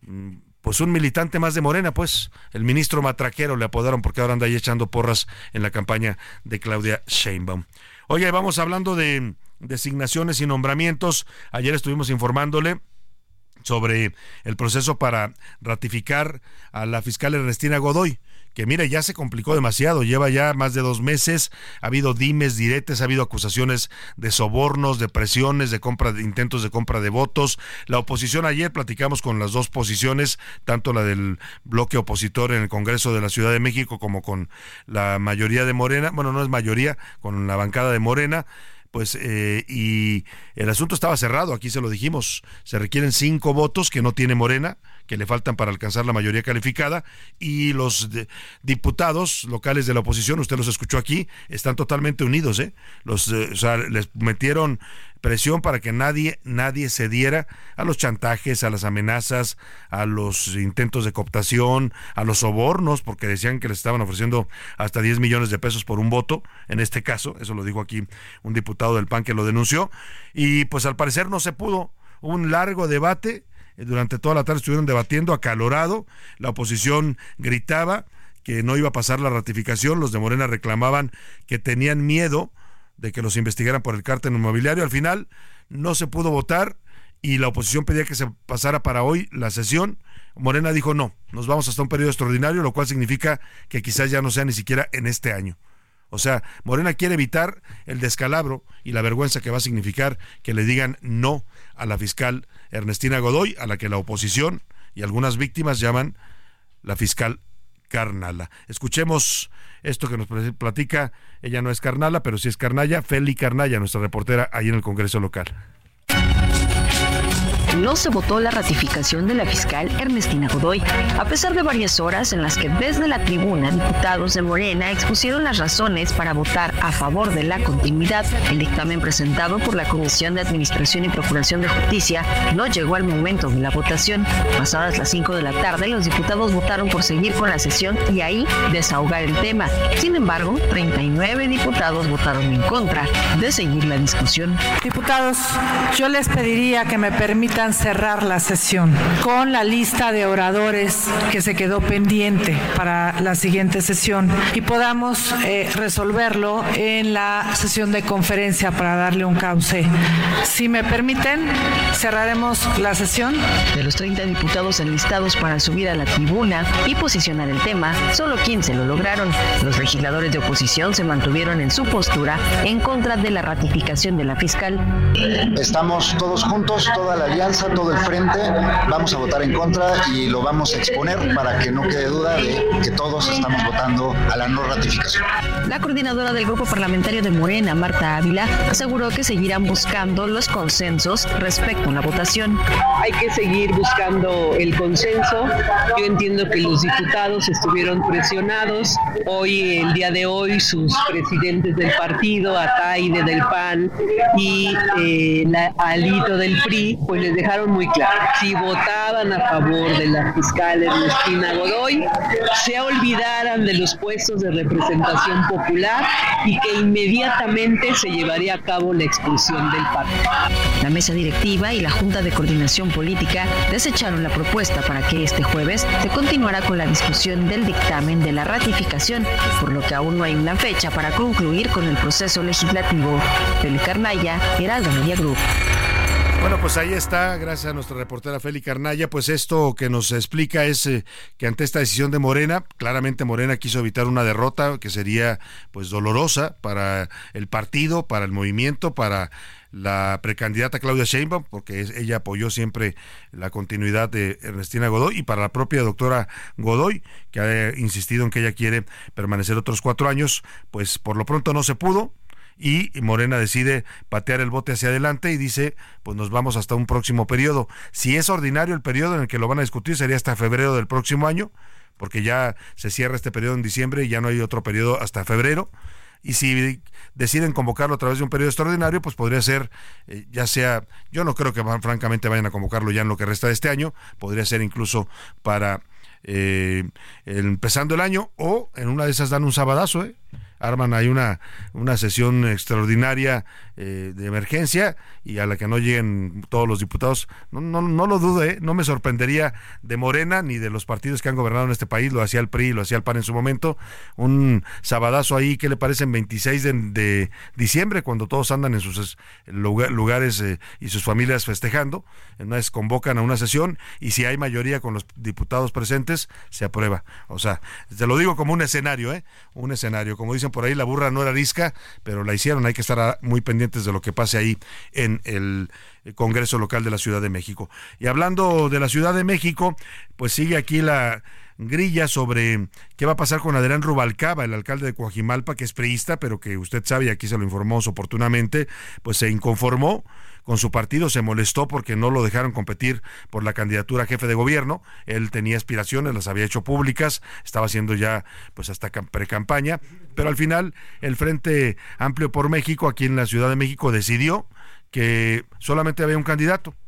Speaker 20: pues un militante más de Morena, pues el ministro matraquero le apodaron porque ahora anda ahí echando porras en la campaña de Claudia Sheinbaum. Oye, vamos hablando de designaciones y nombramientos. Ayer estuvimos informándole sobre el proceso para ratificar a la fiscal Ernestina Godoy, que mire, ya se complicó demasiado, lleva ya más de dos meses, ha habido dimes, diretes, ha habido acusaciones de sobornos, de presiones, de compra, de intentos de compra de votos. La oposición, ayer platicamos con las dos posiciones, tanto la del bloque opositor en el Congreso de la Ciudad de México como con la mayoría de Morena, bueno, no es mayoría, con la bancada de Morena. Pues eh, y el asunto estaba cerrado, aquí se lo dijimos, se requieren cinco votos que no tiene Morena, que le faltan para alcanzar la mayoría calificada, y los de, diputados locales de la oposición, usted los escuchó aquí, están totalmente unidos, ¿eh? Los, eh, o sea, les metieron presión para que nadie, nadie cediera a los chantajes, a las amenazas, a los intentos de cooptación, a los sobornos, porque decían que les estaban ofreciendo hasta diez millones de pesos por un voto, en este caso, eso lo dijo aquí un diputado del P A N que lo denunció, y pues al parecer no se pudo. Hubo un largo debate, durante toda la tarde estuvieron debatiendo acalorado, la oposición gritaba que no iba a pasar la ratificación. Los de Morena reclamaban que tenían miedo de que los investigaran por el cártel inmobiliario. Al final no se pudo votar y la oposición pedía que se pasara para hoy la sesión. Morena dijo no, nos vamos hasta un periodo extraordinario, lo cual significa que quizás ya no sea ni siquiera en este año. O sea, Morena quiere evitar el descalabro y la vergüenza que va a significar que le digan no a la fiscal Ernestina Godoy, a la que la oposición y algunas víctimas llaman la fiscal carnala. Escuchemos esto que nos platica, ella no es carnala, pero sí es carnalla, Feli Carnalla, nuestra reportera ahí en el Congreso local.
Speaker 2: No se votó la ratificación de la fiscal Ernestina Godoy, a pesar de varias horas en las que desde la tribuna diputados de Morena expusieron las razones para votar a favor de la continuidad. El dictamen presentado por la Comisión de Administración y Procuración de Justicia no llegó al momento de la votación. Pasadas las cinco de la tarde, los diputados votaron por seguir con la sesión y ahí desahogar el tema. Sin embargo, treinta y nueve diputados votaron en contra de seguir la discusión.
Speaker 1: Diputados, yo les pediría que me permitan cerrar la sesión con la lista de oradores que se quedó pendiente para la siguiente sesión y podamos eh, resolverlo en la sesión de conferencia para darle un cauce. Si me permiten, cerraremos la sesión.
Speaker 2: De los treinta diputados enlistados para subir a la tribuna y posicionar el tema, solo quince lo lograron. Los legisladores de oposición se mantuvieron en su postura en contra de la ratificación de la fiscal.
Speaker 22: Estamos todos juntos, toda la alianza, todo el frente, vamos a votar en contra y lo vamos a exponer para que no quede duda de que todos estamos votando a la no ratificación.
Speaker 2: La coordinadora del grupo parlamentario de Morena, Marta Ávila, aseguró que seguirán buscando los consensos respecto a la votación.
Speaker 23: Hay que seguir buscando el consenso. Yo entiendo que los diputados estuvieron presionados. Hoy, el día de hoy, sus presidentes del partido, Ataide del P A N y eh, la, Alito del P R I, pues les dejaron muy claro, si votaban a favor de la fiscal Ernestina Godoy, se olvidaran de los puestos de representación popular y que inmediatamente se llevaría a cabo la expulsión del partido.
Speaker 2: La mesa directiva y la Junta de Coordinación Política desecharon la propuesta para que este jueves se continuara con la discusión del dictamen de la ratificación, por lo que aún no hay una fecha para concluir con el proceso legislativo. Feli Carnalla, Heraldo Media Group.
Speaker 20: Bueno, pues ahí está, gracias a nuestra reportera Feli Carnalla, pues esto que nos explica es eh, que ante esta decisión de Morena, claramente Morena quiso evitar una derrota que sería pues dolorosa para el partido, para el movimiento, para la precandidata Claudia Sheinbaum, porque es, ella apoyó siempre la continuidad de Ernestina Godoy, y para la propia doctora Godoy, que ha insistido en que ella quiere permanecer otros cuatro años, pues por lo pronto no se pudo. Y Morena decide patear el bote hacia adelante y dice, pues nos vamos hasta un próximo periodo. Si es ordinario el periodo en el que lo van a discutir, sería hasta febrero del próximo año, porque ya se cierra este periodo en diciembre y ya no hay otro periodo hasta febrero. Y si deciden convocarlo a través de un periodo extraordinario, pues podría ser, eh, ya sea, yo no creo que van, francamente vayan a convocarlo ya en lo que resta de este año, podría ser incluso para eh, empezando el año, o en una de esas dan un sabadazo, ¿eh? Arman ahí una, una sesión extraordinaria eh, de emergencia y a la que no lleguen todos los diputados. No, no, no lo dudo, ¿eh? No me sorprendería de Morena ni de los partidos que han gobernado en este país. Lo hacía el P R I, lo hacía el P A N en su momento. Un sabadazo ahí, ¿qué le parece? En veintiséis de, de diciembre, cuando todos andan en sus lugar, lugares eh, y sus familias festejando. Una vez convocan a una sesión y si hay mayoría con los diputados presentes, se aprueba. O sea, te lo digo como un escenario, ¿eh? Un escenario, como dicen por ahí, la burra no era arisca, pero la hicieron. Hay que estar muy pendientes de lo que pase ahí en el Congreso local de la Ciudad de México. Y hablando de la Ciudad de México, pues sigue aquí la grilla sobre qué va a pasar con Adrián Rubalcaba, el alcalde de Coajimalpa, que es priista, pero que usted sabe, y aquí se lo informamos oportunamente, pues se inconformó con su partido, se molestó porque no lo dejaron competir por la candidatura a jefe de gobierno. Él tenía aspiraciones, las había hecho públicas, estaba haciendo ya pues hasta pre-campaña, pero al final el Frente Amplio por México aquí en la Ciudad de México decidió que solamente había un candidato.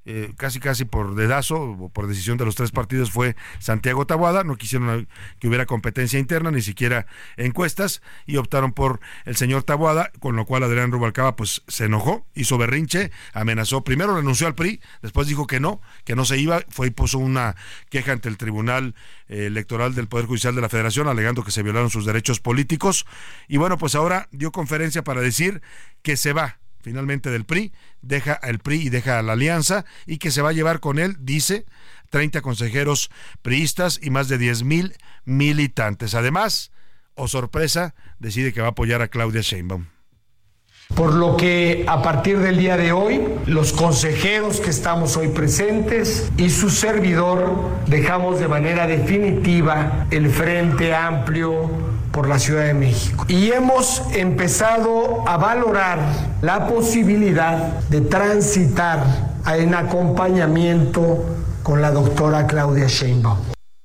Speaker 20: eh, casi casi por dedazo o por decisión de los tres partidos, fue Santiago Taboada. No quisieron que hubiera competencia interna, ni siquiera encuestas, y optaron por el señor Taboada, con lo cual Adrián Rubalcaba pues se enojó, hizo berrinche, amenazó, primero renunció al P R I, después dijo que no, que no se iba, fue y puso una queja ante el Tribunal eh, Electoral del Poder Judicial de la Federación, alegando que se violaron sus derechos políticos, y bueno, pues ahora dio conferencia para decir que se va finalmente del P R I, deja al P R I y deja a la alianza, y que se va a llevar con él, dice, treinta consejeros priistas y más de diez mil militantes. Además, oh sorpresa, decide que va a apoyar a Claudia Sheinbaum.
Speaker 3: Por lo que a partir del día de hoy, los consejeros que estamos hoy presentes y su servidor dejamos de manera definitiva el Frente Amplio por la Ciudad de México. Y hemos empezado a valorar la posibilidad de transitar en acompañamiento con la doctora Claudia Sheinbaum.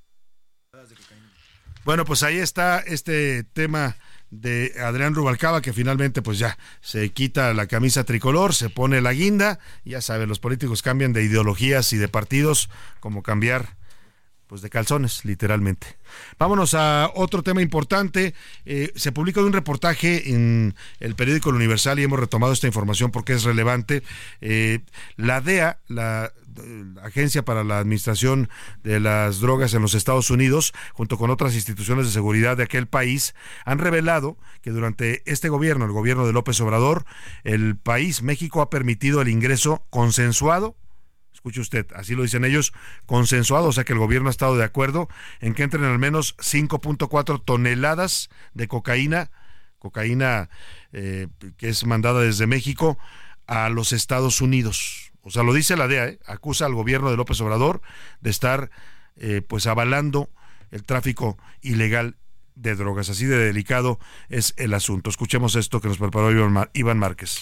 Speaker 20: Bueno, pues ahí está este tema de Adrián Rubalcaba, que finalmente pues ya se quita la camisa tricolor, se pone la guinda. Ya saben, los políticos cambian de ideologías y de partidos como cambiar pues de calzones, literalmente. Vámonos a otro tema importante. Eh, se publica un reportaje en el periódico El Universal y hemos retomado esta información porque es relevante. Eh, la D E A, la Agencia para la Administración de las Drogas en los Estados Unidos, junto con otras instituciones de seguridad de aquel país, han revelado que durante este gobierno, el gobierno de López Obrador, el país, México, ha permitido el ingreso consensuado. Escuche usted, así lo dicen ellos, consensuado, o sea que el gobierno ha estado de acuerdo en que entren al menos cinco punto cuatro toneladas de cocaína, cocaína eh, que es mandada desde México a los Estados Unidos. O sea, lo dice la D E A, ¿eh? Acusa al gobierno de López Obrador de estar eh, pues avalando el tráfico ilegal de drogas. Así de delicado es el asunto. Escuchemos esto que nos preparó Iván Márquez.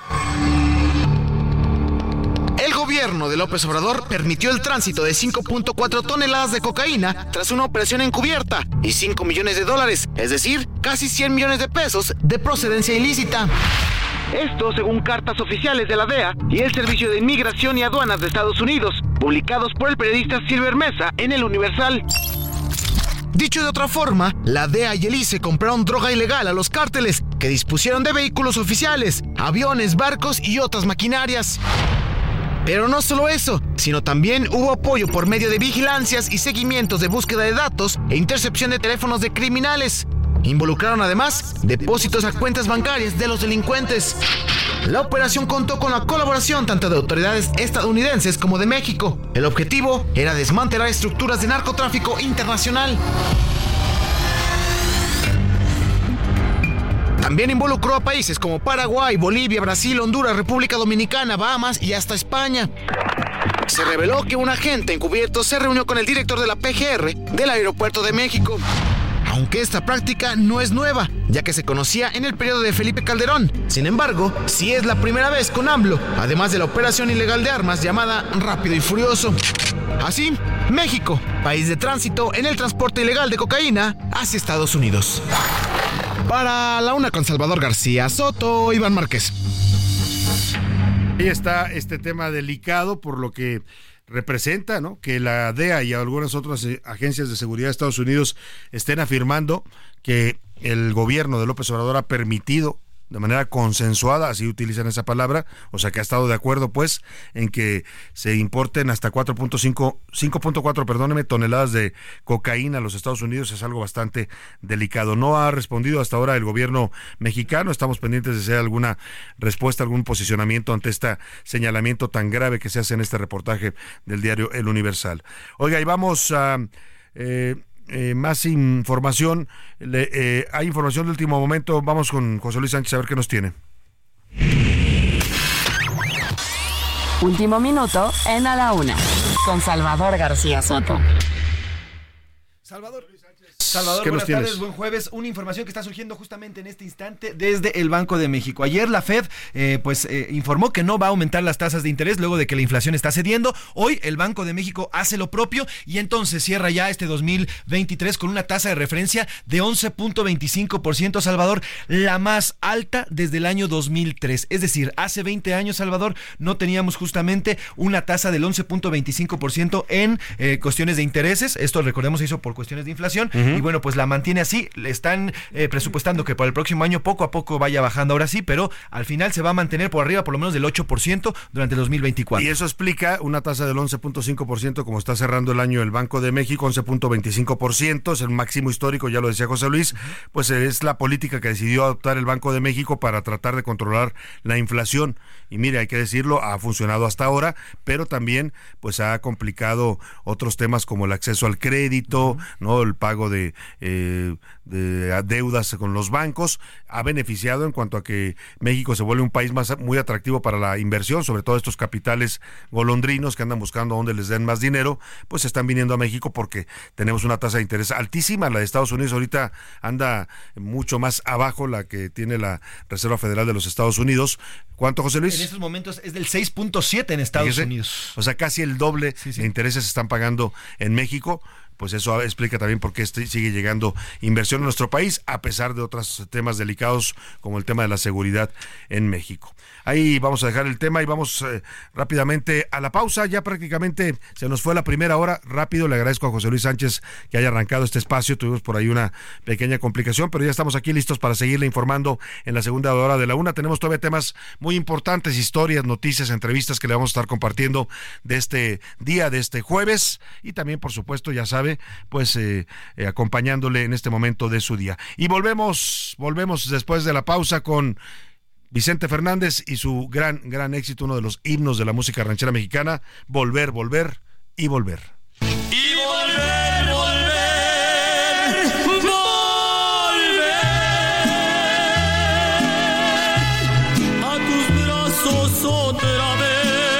Speaker 4: El gobierno de López Obrador permitió el tránsito de cinco punto cuatro toneladas de cocaína tras una operación encubierta y cinco millones de dólares, es decir, casi cien millones de pesos de procedencia ilícita. Esto según cartas oficiales de la D E A y el Servicio de Inmigración y Aduanas de Estados Unidos, publicados por el periodista Silver Mesa en El Universal. Dicho de otra forma, la D E A y el I C E compraron droga ilegal a los cárteles, que dispusieron de vehículos oficiales, aviones, barcos y otras maquinarias. Pero no solo eso, sino también hubo apoyo por medio de vigilancias y seguimientos de búsqueda de datos e intercepción de teléfonos de criminales. Involucraron además depósitos a cuentas bancarias de los delincuentes. La operación contó con la colaboración tanto de autoridades estadounidenses como de México. El objetivo era desmantelar estructuras de narcotráfico internacional. También involucró a países como Paraguay, Bolivia, Brasil, Honduras, República Dominicana, Bahamas y hasta España. Se reveló que un agente encubierto se reunió con el director de la P G R del Aeropuerto de México. Aunque esta práctica no es nueva, ya que se conocía en el periodo de Felipe Calderón. Sin embargo, sí es la primera vez con AMLO, además de la operación ilegal de armas llamada Rápido y Furioso. Así, México, país de tránsito en el transporte ilegal de cocaína hacia Estados Unidos. Para la una con Salvador García Soto, Iván Márquez.
Speaker 20: Ahí está este tema delicado por lo que representa, ¿no?, que la D E A y algunas otras eh, agencias de seguridad de Estados Unidos estén afirmando que el gobierno de López Obrador ha permitido de manera consensuada, así utilizan esa palabra, o sea que ha estado de acuerdo pues en que se importen hasta cuatro punto cinco, cinco punto cuatro, perdóneme, toneladas de cocaína a los Estados Unidos. Es algo bastante delicado. No ha respondido hasta ahora el gobierno mexicano. Estamos pendientes de si hay alguna respuesta, algún posicionamiento ante este señalamiento tan grave que se hace en este reportaje del diario El Universal. Oiga, y vamos a eh, Eh, más información. Le, eh, hay información de último momento. Vamos con José Luis Sánchez a ver qué nos tiene.
Speaker 2: Último minuto en A la Una con Salvador García Soto.
Speaker 20: Salvador Luis Sánchez.
Speaker 7: Salvador,
Speaker 20: ¿Qué nos
Speaker 7: buenas
Speaker 20: tienes?
Speaker 7: tardes, buen jueves. Una información que está surgiendo justamente en este instante desde el Banco de México. Ayer la Fed eh, pues eh, informó que no va a aumentar las tasas de interés luego de que la inflación está cediendo. Hoy el Banco de México hace lo propio y entonces cierra ya este dos mil veintitrés con una tasa de referencia de once punto veinticinco por ciento, Salvador, la más alta desde el año dos mil tres. Es decir, hace veinte años, Salvador, no teníamos justamente una tasa del once punto veinticinco por ciento en eh, cuestiones de intereses. Esto, recordemos, se hizo por cuestiones de inflación. Uh-huh. Y bueno, pues la mantiene así. Le están eh, presupuestando que para el próximo año poco a poco vaya bajando ahora sí, pero al final se va a mantener por arriba por lo menos del ocho por ciento durante el dos mil veinticuatro.
Speaker 20: Y eso explica una tasa del once punto cinco por ciento como está cerrando el año el Banco de México, once punto veinticinco por ciento, es el máximo histórico, ya lo decía José Luis. Uh-huh. Pues es la política que decidió adoptar el Banco de México para tratar de controlar la inflación. Y mire, hay que decirlo, ha funcionado hasta ahora, pero también pues ha complicado otros temas como el acceso al crédito, uh-huh. no, el pago de, eh, de deudas con los bancos. Ha beneficiado en cuanto a que México se vuelve un país más muy atractivo para la inversión, sobre todo estos capitales golondrinos que andan buscando dónde les den más dinero, pues están viniendo a México porque tenemos una tasa de interés altísima. La de Estados Unidos ahorita anda mucho más abajo, la que tiene la Reserva Federal de los Estados Unidos. ¿Cuánto, José Luis?
Speaker 7: En estos momentos es del seis punto siete en Estados Fíjese, Unidos.
Speaker 20: O sea, casi el doble sí, sí. de intereses se están pagando en México. Pues eso explica también por qué este sigue llegando inversión a nuestro país, a pesar de otros temas delicados como el tema de la seguridad en México. Ahí vamos a dejar el tema y vamos eh, rápidamente a la pausa. Ya prácticamente se nos fue la primera hora. Rápido, le agradezco a José Luis Sánchez que haya arrancado este espacio. Tuvimos por ahí una pequeña complicación, pero ya estamos aquí listos para seguirle informando en la segunda hora de la una. Tenemos todavía temas muy importantes, historias, noticias, entrevistas que le vamos a estar compartiendo de este día, de este jueves. Y también, por supuesto, ya sabe, pues eh, eh, acompañándole en este momento de su día. Y volvemos, volvemos después de la pausa con Vicente Fernández y su gran, gran éxito, uno de los himnos de la música ranchera mexicana, Volver, Volver y Volver.
Speaker 16: Y volver, volver, volver a tus brazos otra vez.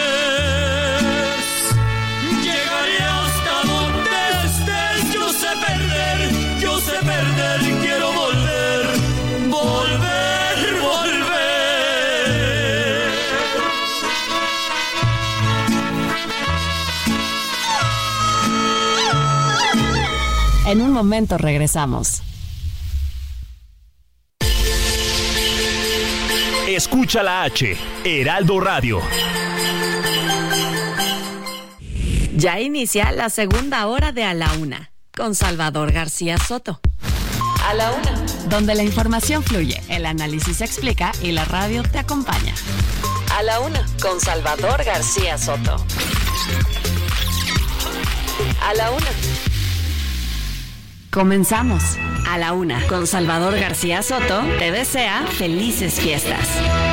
Speaker 16: Llegaré hasta donde estés, yo sé perder, yo sé perder, quiero volver, volver, volver.
Speaker 2: En un momento regresamos.
Speaker 17: Escucha la H, Heraldo Radio.
Speaker 2: Ya inicia la segunda hora de A la Una, con Salvador García Soto. A la Una, donde la información fluye, el análisis se explica y la radio te acompaña. A la Una, con Salvador García Soto. A la Una. Comenzamos. A la Una, con Salvador García Soto, te desea felices fiestas.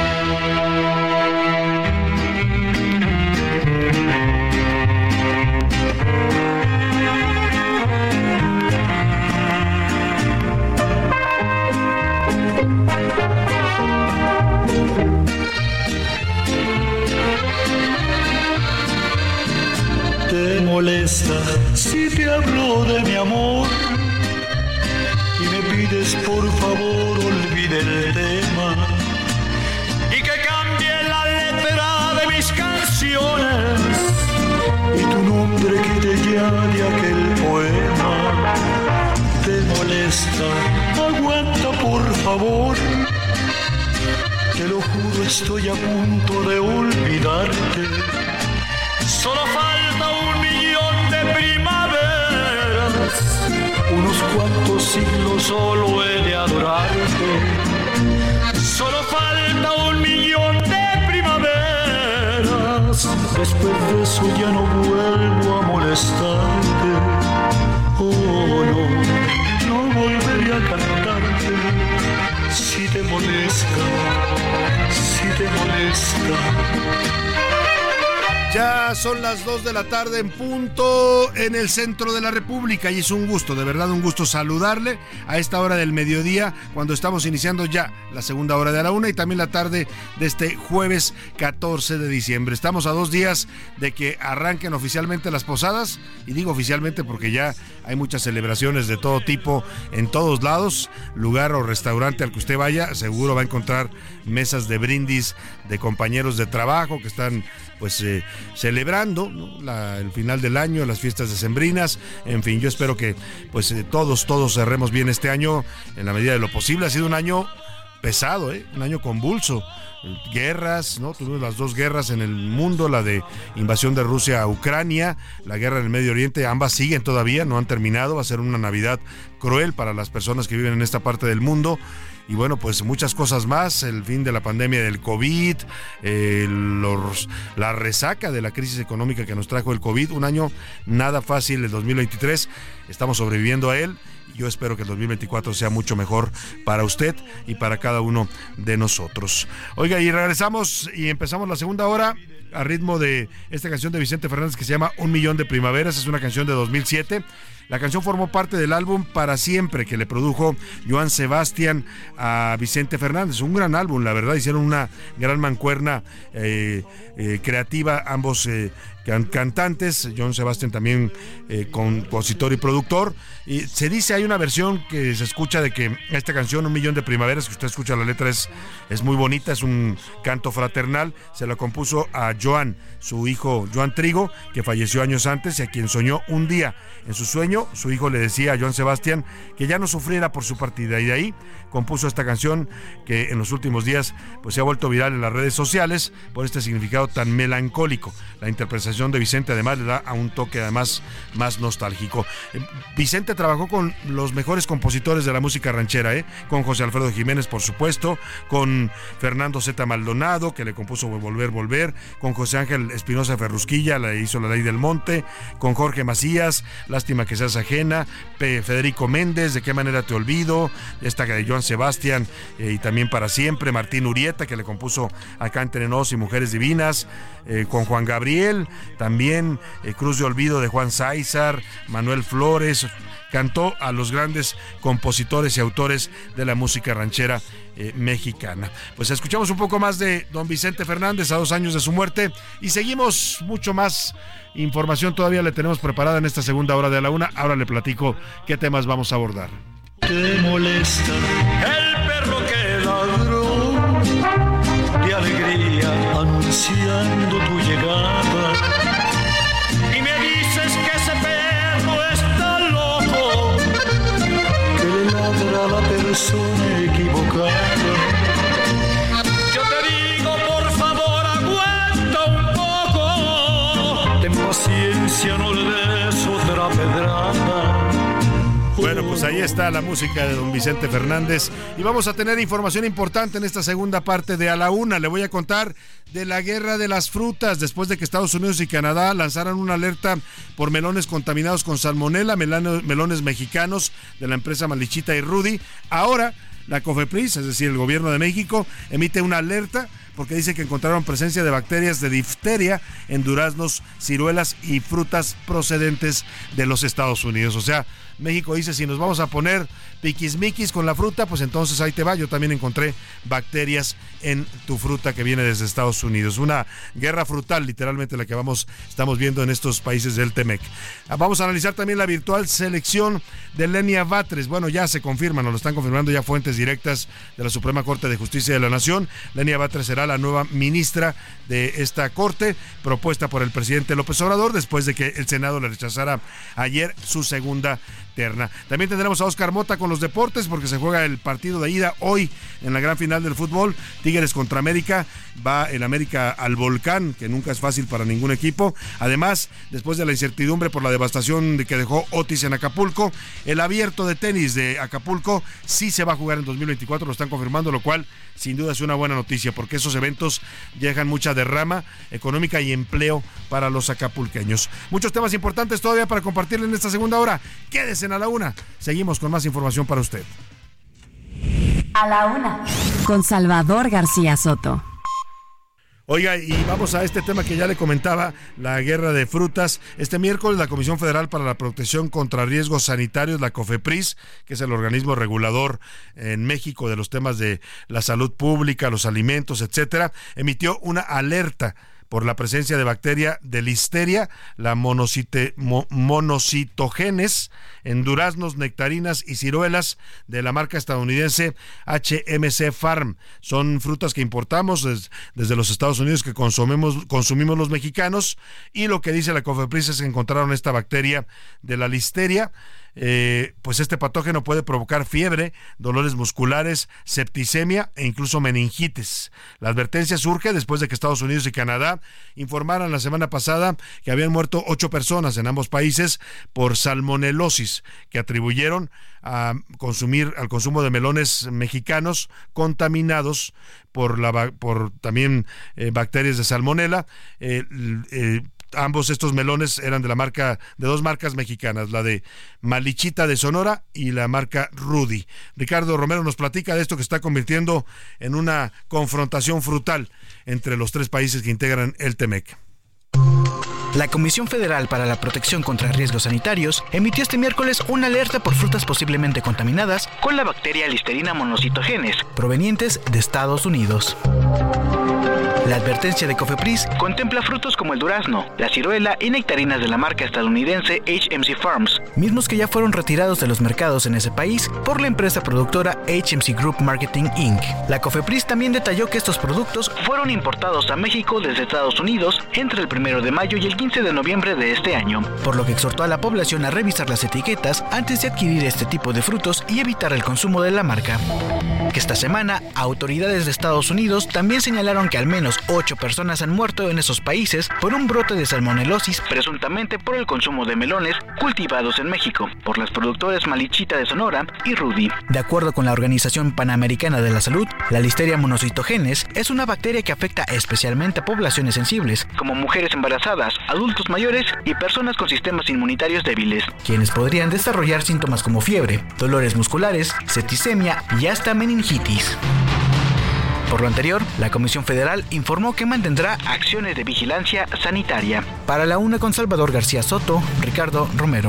Speaker 16: ¿Te molesta si te hablo de mi amor? Y me pides por favor olvide el tema y que cambie la letra de mis canciones y tu nombre quede ya de aquel poema. ¿Te molesta? Aguanta por favor, te lo juro, estoy a punto de olvidarte. Solo falta un millón de primaveras, unos cuantos siglos solo he de adorarte. Solo falta un millón de primaveras, después de eso ya no vuelvo a molestarte. Oh no, no volveré a cantarte. Si te molesta, si te molesta.
Speaker 20: Ya son las dos de la tarde en punto en el centro de la República y es un gusto, de verdad un gusto saludarle a esta hora del mediodía cuando estamos iniciando ya la segunda hora de A la Una y también la tarde de este jueves catorce de diciembre. Estamos a dos días de que arranquen oficialmente las posadas y digo oficialmente porque ya hay muchas celebraciones de todo tipo en todos lados. Lugar o restaurante al que usted vaya seguro va a encontrar mesas de brindis de compañeros de trabajo que están pues eh, celebrando, ¿no? la, el final del año, las fiestas decembrinas, en fin, yo espero que pues eh, todos, todos cerremos bien este año en la medida de lo posible. Ha sido un año pesado, ¿eh? un año convulso, guerras, ¿no? Tuvimos las dos guerras en el mundo, la de invasión de Rusia a Ucrania, la guerra en el Medio Oriente, ambas siguen todavía, no han terminado, va a ser una Navidad cruel para las personas que viven en esta parte del mundo. Y bueno, pues muchas cosas más, el fin de la pandemia del COVID, eh, los, la resaca de la crisis económica que nos trajo el COVID, un año nada fácil el dos mil veintitrés, estamos sobreviviendo a él. Yo espero que el dos mil veinticuatro sea mucho mejor para usted y para cada uno de nosotros. Oiga, y regresamos y empezamos la segunda hora a ritmo de esta canción de Vicente Fernández que se llama Un Millón de Primaveras, es una canción de dos mil siete. La canción formó parte del álbum Para Siempre, que le produjo Joan Sebastián a Vicente Fernández. Un gran álbum, la verdad, hicieron una gran mancuerna eh, eh, creativa, ambos eh, can- cantantes, Joan Sebastián también eh, compositor y productor. Y se dice, hay una versión que se escucha de que esta canción, Un Millón de Primaveras, que usted escucha la letra, es, es muy bonita, es un canto fraternal, se la compuso a Joan, su hijo Joan Trigo, que falleció años antes y a quien soñó un día. En su sueño, su hijo le decía a Joan Sebastián que ya no sufriera por su partida y de ahí compuso esta canción que en los últimos días pues se ha vuelto viral en las redes sociales por este significado tan melancólico. La interpretación de Vicente además le da a un toque además más nostálgico. Vicente trabajó con los mejores compositores de la música ranchera, ¿eh? con José Alfredo Jiménez, por supuesto, con Fernando Zeta Maldonado, que le compuso Volver, Volver, con José Ángel Espinosa Ferrusquilla, le hizo La Ley del Monte, con Jorge Macías, Lástima que seas ajena, P. Federico Méndez, De qué manera te olvido, esta de Joan Sebastián eh, y también Para Siempre, Martín Urieta, que le compuso Acá entre nos y Mujeres Divinas, eh, con Juan Gabriel, también eh, Cruz de Olvido de Juan Sáizar, Manuel Flores, cantó a los grandes compositores y autores de la música ranchera eh, mexicana. Pues escuchamos un poco más de don Vicente Fernández a dos años de su muerte y seguimos mucho más. Información todavía le tenemos preparada en esta segunda hora de A la Una. Ahora le platico qué temas vamos a abordar.
Speaker 16: Te molesta el perro que ladró de alegría anunciando tu llegada y me dices que ese perro está loco, que le ladra a la persona equivocada. Yo te digo, por favor, aguanta un poco, ten paciencia, no le des otra pedrada.
Speaker 20: Bueno, pues ahí está la música de don Vicente Fernández y vamos a tener información importante en esta segunda parte de A la Una. Le voy a contar de la guerra de las frutas después de que Estados Unidos y Canadá lanzaran una alerta por melones contaminados con salmonela, melones mexicanos de la empresa Malichita y Rudy. Ahora la COFEPRIS, es decir, el gobierno de México, emite una alerta porque dice que encontraron presencia de bacterias de difteria en duraznos, ciruelas y frutas procedentes de los Estados Unidos. O sea, México dice, si nos vamos a poner piquismiquis con la fruta, pues entonces ahí te va. Yo también encontré bacterias en tu fruta que viene desde Estados Unidos. Una guerra frutal, literalmente, la que vamos estamos viendo en estos países del Temec. Vamos a analizar también la virtual selección de Lenia Batres. Bueno, ya se confirma, nos lo están confirmando ya fuentes directas de la Suprema Corte de Justicia de la Nación. Lenia Batres será la nueva ministra de esta corte, propuesta por el presidente López Obrador, después de que el Senado le rechazara ayer su segunda terna. También tendremos a Oscar Mota con los deportes, porque se juega el partido de ida hoy en la gran final del fútbol, Tigres contra América. Va el América al volcán, que nunca es fácil para ningún equipo. Además, después de la incertidumbre por la devastación que dejó Otis en Acapulco, el abierto de tenis de Acapulco sí se va a jugar en dos mil veinticuatro, lo están confirmando, lo cual sin duda es una buena noticia, porque esos eventos dejan mucha derrama económica y empleo para los acapulqueños. Muchos temas importantes todavía para compartirle en esta segunda hora. Quédese en A la Una. Seguimos con más información para usted.
Speaker 2: A la Una. Con Salvador García Soto.
Speaker 20: Oiga, y vamos a este tema que ya le comentaba, la guerra de frutas. Este miércoles la Comisión Federal para la Protección contra Riesgos Sanitarios, la COFEPRIS, que es el organismo regulador en México de los temas de la salud pública, los alimentos, etcétera, emitió una alerta por la presencia de bacteria de Listeria, la monocite, mo, monocitogenes, en duraznos, nectarinas y ciruelas de la marca estadounidense H M C Farm. Son frutas que importamos des, desde los Estados Unidos, que consumimos, consumimos los mexicanos, y lo que dice la COFEPRIS es que encontraron esta bacteria de la Listeria. Eh, pues este patógeno puede provocar fiebre, dolores musculares, septicemia e incluso meningitis. La advertencia surge después de que Estados Unidos y Canadá informaran la semana pasada que habían muerto ocho personas en ambos países por salmonelosis, que atribuyeron a consumir al consumo de melones mexicanos contaminados por la por también eh, bacterias de salmonela. Eh, eh, Ambos estos melones eran de la marca, de dos marcas mexicanas, la de Malichita de Sonora y la marca Rudy. Ricardo Romero nos platica de esto que está convirtiendo en una confrontación frutal entre los tres países que integran el T M E C.
Speaker 6: La Comisión Federal para la Protección contra Riesgos Sanitarios emitió este miércoles una alerta por frutas posiblemente contaminadas con la bacteria Listerina monocitogenes, provenientes de Estados Unidos. La advertencia de COFEPRIS contempla frutos como el durazno, la ciruela y nectarinas de la marca estadounidense H M C Farms, mismos que ya fueron retirados de los mercados en ese país por la empresa productora H M C Group Marketing incorporated. La COFEPRIS también detalló que estos productos fueron importados a México desde Estados Unidos entre el primero de mayo y el quince de noviembre de este año, por lo que exhortó a la población a revisar las etiquetas antes de adquirir este tipo de frutos y evitar el consumo de la marca. Esta semana, autoridades de Estados Unidos también señalaron que al menos ocho personas han muerto en esos países por un brote de salmonelosis, presuntamente por el consumo de melones cultivados en México por las productoras Malichita de Sonora y Rudy. De acuerdo con la Organización Panamericana de la Salud, la Listeria monocitogenes es una bacteria que afecta especialmente a poblaciones sensibles, como mujeres embarazadas, adultos mayores y personas con sistemas inmunitarios débiles, quienes podrían desarrollar síntomas como fiebre, dolores musculares, septicemia y hasta meningitis. Por lo anterior, la Comisión Federal informó que mantendrá acciones de vigilancia sanitaria. Para la UNA con Salvador García Soto, Ricardo Romero.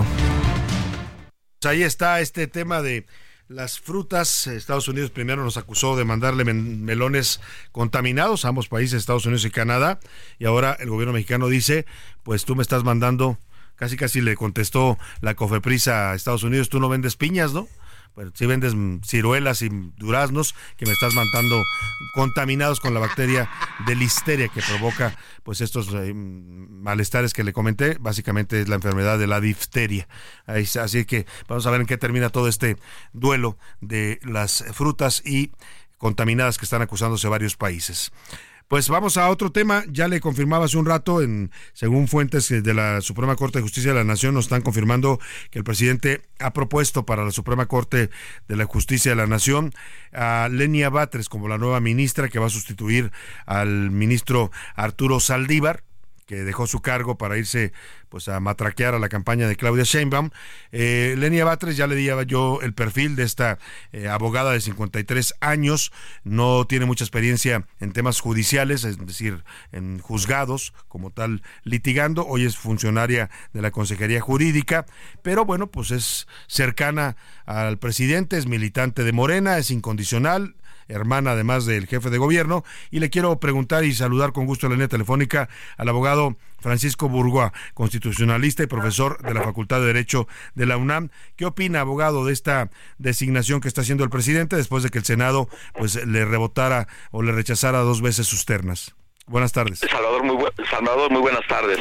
Speaker 20: Pues ahí está este tema de las frutas. Estados Unidos primero nos acusó de mandarle melones contaminados a ambos países, Estados Unidos y Canadá, y ahora el gobierno mexicano dice, pues tú me estás mandando, casi casi le contestó la COFEPRIS a Estados Unidos, tú no vendes piñas, ¿no? Pues si vendes ciruelas y duraznos que me estás mandando contaminados con la bacteria de Listeria que provoca pues estos eh, malestares que le comenté. Básicamente es la enfermedad de la difteria. Así que vamos a ver en qué termina todo este duelo de las frutas y contaminadas que están acusándose varios países. Pues vamos a otro tema. Ya le confirmaba hace un rato, en según fuentes de la Suprema Corte de Justicia de la Nación, nos están confirmando que el presidente ha propuesto para la Suprema Corte de la Justicia de la Nación a Lenia Batres como la nueva ministra que va a sustituir al ministro Arturo Saldívar, que dejó su cargo para irse pues a matraquear a la campaña de Claudia Sheinbaum. Eh, Lenia Batres, ya le di yo el perfil de esta eh, abogada de cincuenta y tres años, no tiene mucha experiencia en temas judiciales, es decir, en juzgados como tal litigando, hoy es funcionaria de la Consejería Jurídica, pero bueno, pues es cercana al presidente, es militante de Morena, es incondicional, hermana además del jefe de gobierno, y le quiero preguntar y saludar con gusto en la línea telefónica al abogado Francisco Burgoa, constitucionalista y profesor de la Facultad de Derecho de la UNAM. ¿Qué opina, abogado, de esta designación que está haciendo el presidente después de que el Senado pues le rebotara o le rechazara dos veces sus ternas? Buenas tardes.
Speaker 8: Salvador, muy, bu- Salvador, muy buenas tardes.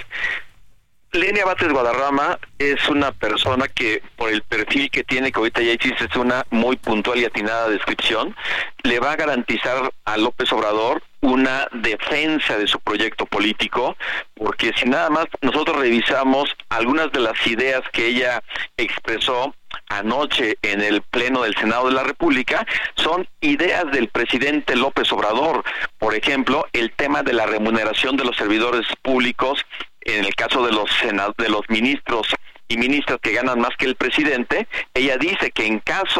Speaker 8: Lenia Batres Guadarrama es una persona que, por el perfil que tiene, que ahorita ya hiciste es una muy puntual y atinada descripción, le va a garantizar a López Obrador una defensa de su proyecto político, porque si nada más nosotros revisamos algunas de las ideas que ella expresó anoche en el Pleno del Senado de la República, son ideas del presidente López Obrador. Por ejemplo, el tema de la remuneración de los servidores públicos, en el caso de los senad- de los ministros y ministras que ganan más que el presidente, ella dice que en caso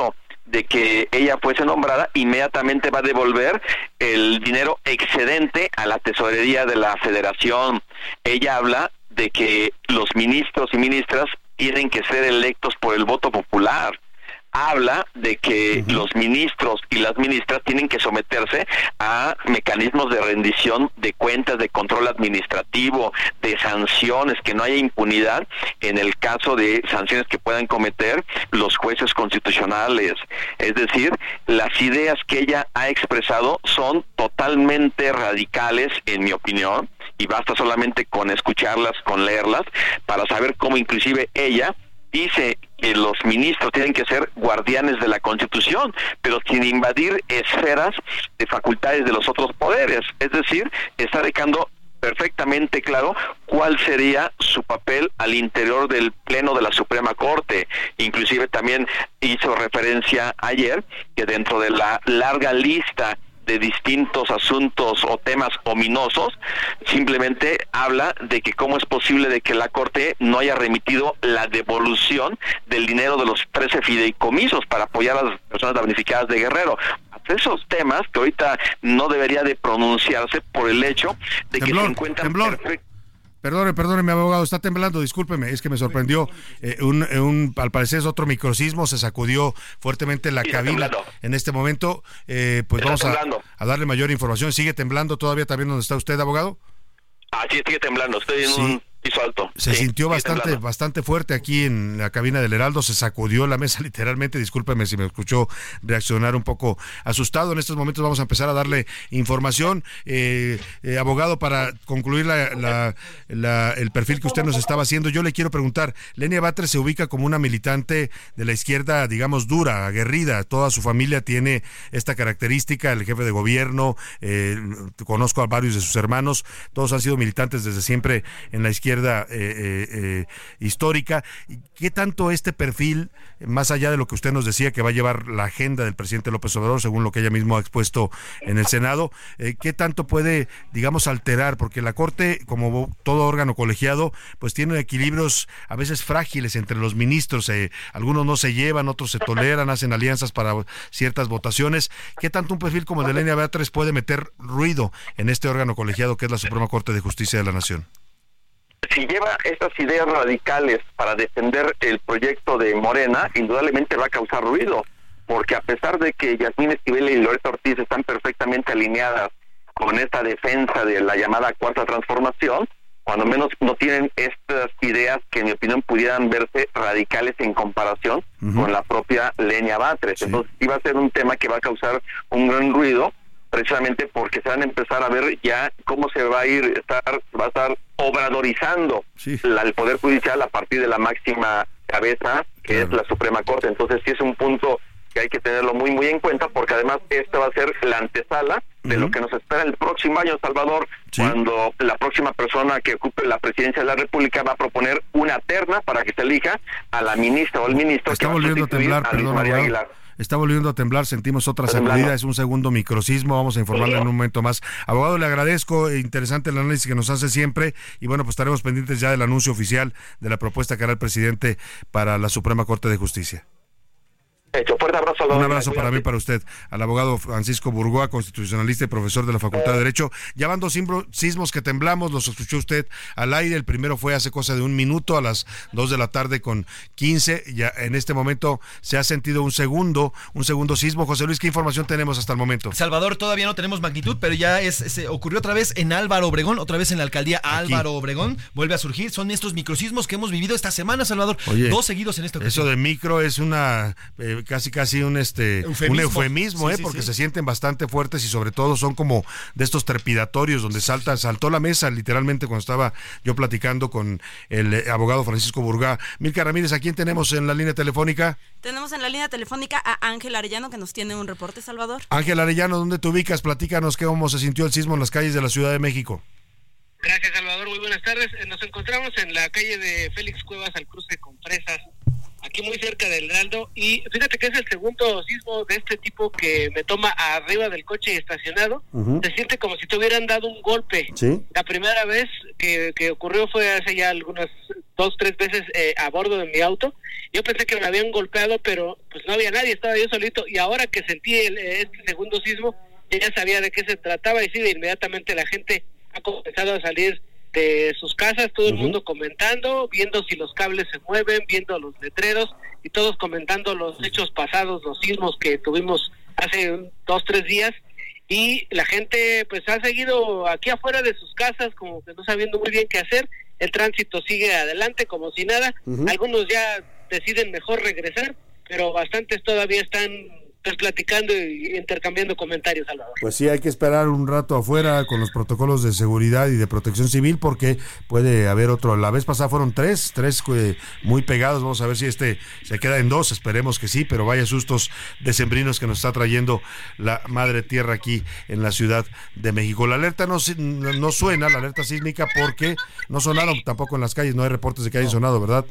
Speaker 8: de que ella fuese nombrada, inmediatamente va a devolver el dinero excedente a la tesorería de la Federación. Ella habla de que los ministros y ministras tienen que ser electos por el voto popular. Habla de que uh-huh. los ministros y las ministras tienen que someterse a mecanismos de rendición de cuentas, de control administrativo, de sanciones, que no haya impunidad en el caso de sanciones que puedan cometer los jueces constitucionales. Es decir, las ideas que ella ha expresado son totalmente radicales, en mi opinión, y basta solamente con escucharlas, con leerlas, para saber cómo inclusive ella dice que los ministros tienen que ser guardianes de la Constitución, pero sin invadir esferas de facultades de los otros poderes. Es decir, está dejando perfectamente claro cuál sería su papel al interior del Pleno de la Suprema Corte. Inclusive también hizo referencia ayer que dentro de la larga lista de distintos asuntos o temas ominosos, simplemente habla de que cómo es posible de que la Corte no haya remitido la devolución del dinero de los trece fideicomisos para apoyar a las personas damnificadas de Guerrero. Esos temas que ahorita no debería de pronunciarse por el hecho de temblor, que se encuentran perfectos.
Speaker 20: Perdone, perdone, mi abogado, está temblando, discúlpeme, es que me sorprendió. Eh, un, un, al parecer es otro microsismo, se sacudió fuertemente la sí, cabina en este momento. Eh, pues está vamos a, a darle mayor información. ¿Sigue temblando todavía también donde está usted, abogado?
Speaker 8: Ah, sí, sigue temblando, estoy en sí. un piso alto.
Speaker 20: Se
Speaker 8: sí,
Speaker 20: sintió bastante bastante fuerte aquí en la cabina del Heraldo, se sacudió la mesa literalmente, discúlpeme si me escuchó reaccionar un poco asustado. En estos momentos vamos a empezar a darle información. Eh, eh, abogado, para concluir la, la, la, el perfil que usted nos estaba haciendo, yo le quiero preguntar, Lenia Batres se ubica como una militante de la izquierda, digamos, dura, aguerrida, toda su familia tiene esta característica, el jefe de gobierno, eh, conozco a varios de sus hermanos, todos han sido militantes desde siempre en la izquierda Eh, eh, eh, histórica. ¿Qué tanto este perfil, más allá de lo que usted nos decía que va a llevar la agenda del presidente López Obrador, según lo que ella misma ha expuesto en el Senado, eh, qué tanto puede, digamos, alterar? Porque la Corte, como todo órgano colegiado, pues tiene equilibrios a veces frágiles entre los ministros, eh, algunos no se llevan, otros se toleran, hacen alianzas para ciertas votaciones. ¿Qué tanto un perfil como el de Lenia Batres puede meter ruido en este órgano colegiado que es la Suprema Corte de Justicia de la Nación?
Speaker 8: Si lleva estas ideas radicales para defender el proyecto de Morena, indudablemente va a causar ruido, porque a pesar de que Yasmín Esquivel y Loreto Ortiz están perfectamente alineadas con esta defensa de la llamada Cuarta Transformación, cuando menos no tienen estas ideas que en mi opinión pudieran verse radicales en comparación uh-huh. con la propia Lenia Batres. Sí. Entonces sí va a ser un tema que va a causar un gran ruido, precisamente porque se van a empezar a ver ya cómo se va a ir, estar, va a estar obradorizando sí. la, el Poder Judicial a partir de la máxima cabeza, que claro. es la Suprema Corte. Entonces sí es un punto que hay que tenerlo muy muy en cuenta, porque además esta va a ser la antesala de uh-huh. lo que nos espera el próximo año, Salvador, sí. cuando la próxima persona que ocupe la presidencia de la República va a proponer una terna para que se elija a la ministra o el ministro
Speaker 20: Está
Speaker 8: que va a
Speaker 20: volviendo a temblar,
Speaker 8: a
Speaker 20: Luis María Aguilar. Está volviendo a temblar, sentimos otra sacudida, es un segundo microsismo, vamos a informarle en un momento más. Abogado, le agradezco, interesante el análisis que nos hace siempre, y bueno, pues estaremos pendientes ya del anuncio oficial de la propuesta que hará el presidente para la Suprema Corte de Justicia.
Speaker 8: Hecho, fuerte abrazo.
Speaker 20: Un abrazo para mí, para usted, al abogado Francisco Burgoa, constitucionalista y profesor de la Facultad de Derecho. Ya van dos sismos que temblamos, los escuchó usted al aire. El primero fue hace cosa de un minuto, a las dos de la tarde con quince. Ya en este momento se ha sentido un segundo, un segundo sismo. José Luis, ¿qué información tenemos hasta el momento?
Speaker 7: Salvador, todavía no tenemos magnitud, pero ya es, se ocurrió otra vez en Álvaro Obregón, otra vez en la alcaldía Álvaro Aquí. Obregón. Vuelve a surgir, son estos microsismos que hemos vivido esta semana, Salvador. Oye, dos seguidos en esta ocasión.
Speaker 20: Eso de micro es una... Eh, casi casi un este eufemismo. un eufemismo, sí, eh, sí, porque sí. se sienten bastante fuertes y sobre todo son como de estos trepidatorios donde salta, saltó la mesa literalmente cuando estaba yo platicando con el eh, abogado Francisco Burgoa. Milka Ramírez, ¿a quién tenemos en la línea telefónica?
Speaker 9: Tenemos en la línea telefónica a Ángel Arellano, que nos tiene un reporte, Salvador.
Speaker 20: Ángel Arellano, ¿dónde te ubicas? Platícanos cómo se sintió el sismo en las calles de la Ciudad de México.
Speaker 10: Gracias, Salvador, muy buenas tardes. Nos encontramos en la calle de Félix Cuevas al cruce con Fresas, aquí muy cerca del Heraldo, y fíjate que es el segundo sismo de este tipo que me toma arriba del coche estacionado. Uh-huh. Se siente como si te hubieran dado un golpe. ¿Sí? La primera vez que, que ocurrió fue hace ya algunas dos, tres veces eh, a bordo de mi auto. Yo pensé que me habían golpeado, pero pues no había nadie, estaba yo solito. Y ahora que sentí el, este segundo sismo, ya sabía de qué se trataba, y sí, de inmediatamente la gente ha comenzado a salir de sus casas, todo el uh-huh. mundo comentando, viendo si los cables se mueven, viendo los letreros, y todos comentando los hechos pasados, los sismos que tuvimos hace dos, tres días. Y la gente pues ha seguido aquí afuera de sus casas, como que no sabiendo muy bien qué hacer. El tránsito sigue adelante como si nada. Uh-huh. Algunos ya deciden mejor regresar, pero bastantes todavía están pues platicando y intercambiando comentarios, Salvador.
Speaker 20: Pues sí, hay que esperar un rato afuera con los protocolos de seguridad y de protección civil, porque puede haber otro. La vez pasada fueron tres, tres eh, muy pegados. Vamos a ver si este se queda en dos, esperemos que sí, pero vaya sustos decembrinos que nos está trayendo la madre tierra aquí en la Ciudad de México. La alerta no, no suena, la alerta sísmica, porque no sonaron tampoco en las calles, no hay reportes de que hayan sonado, ¿verdad?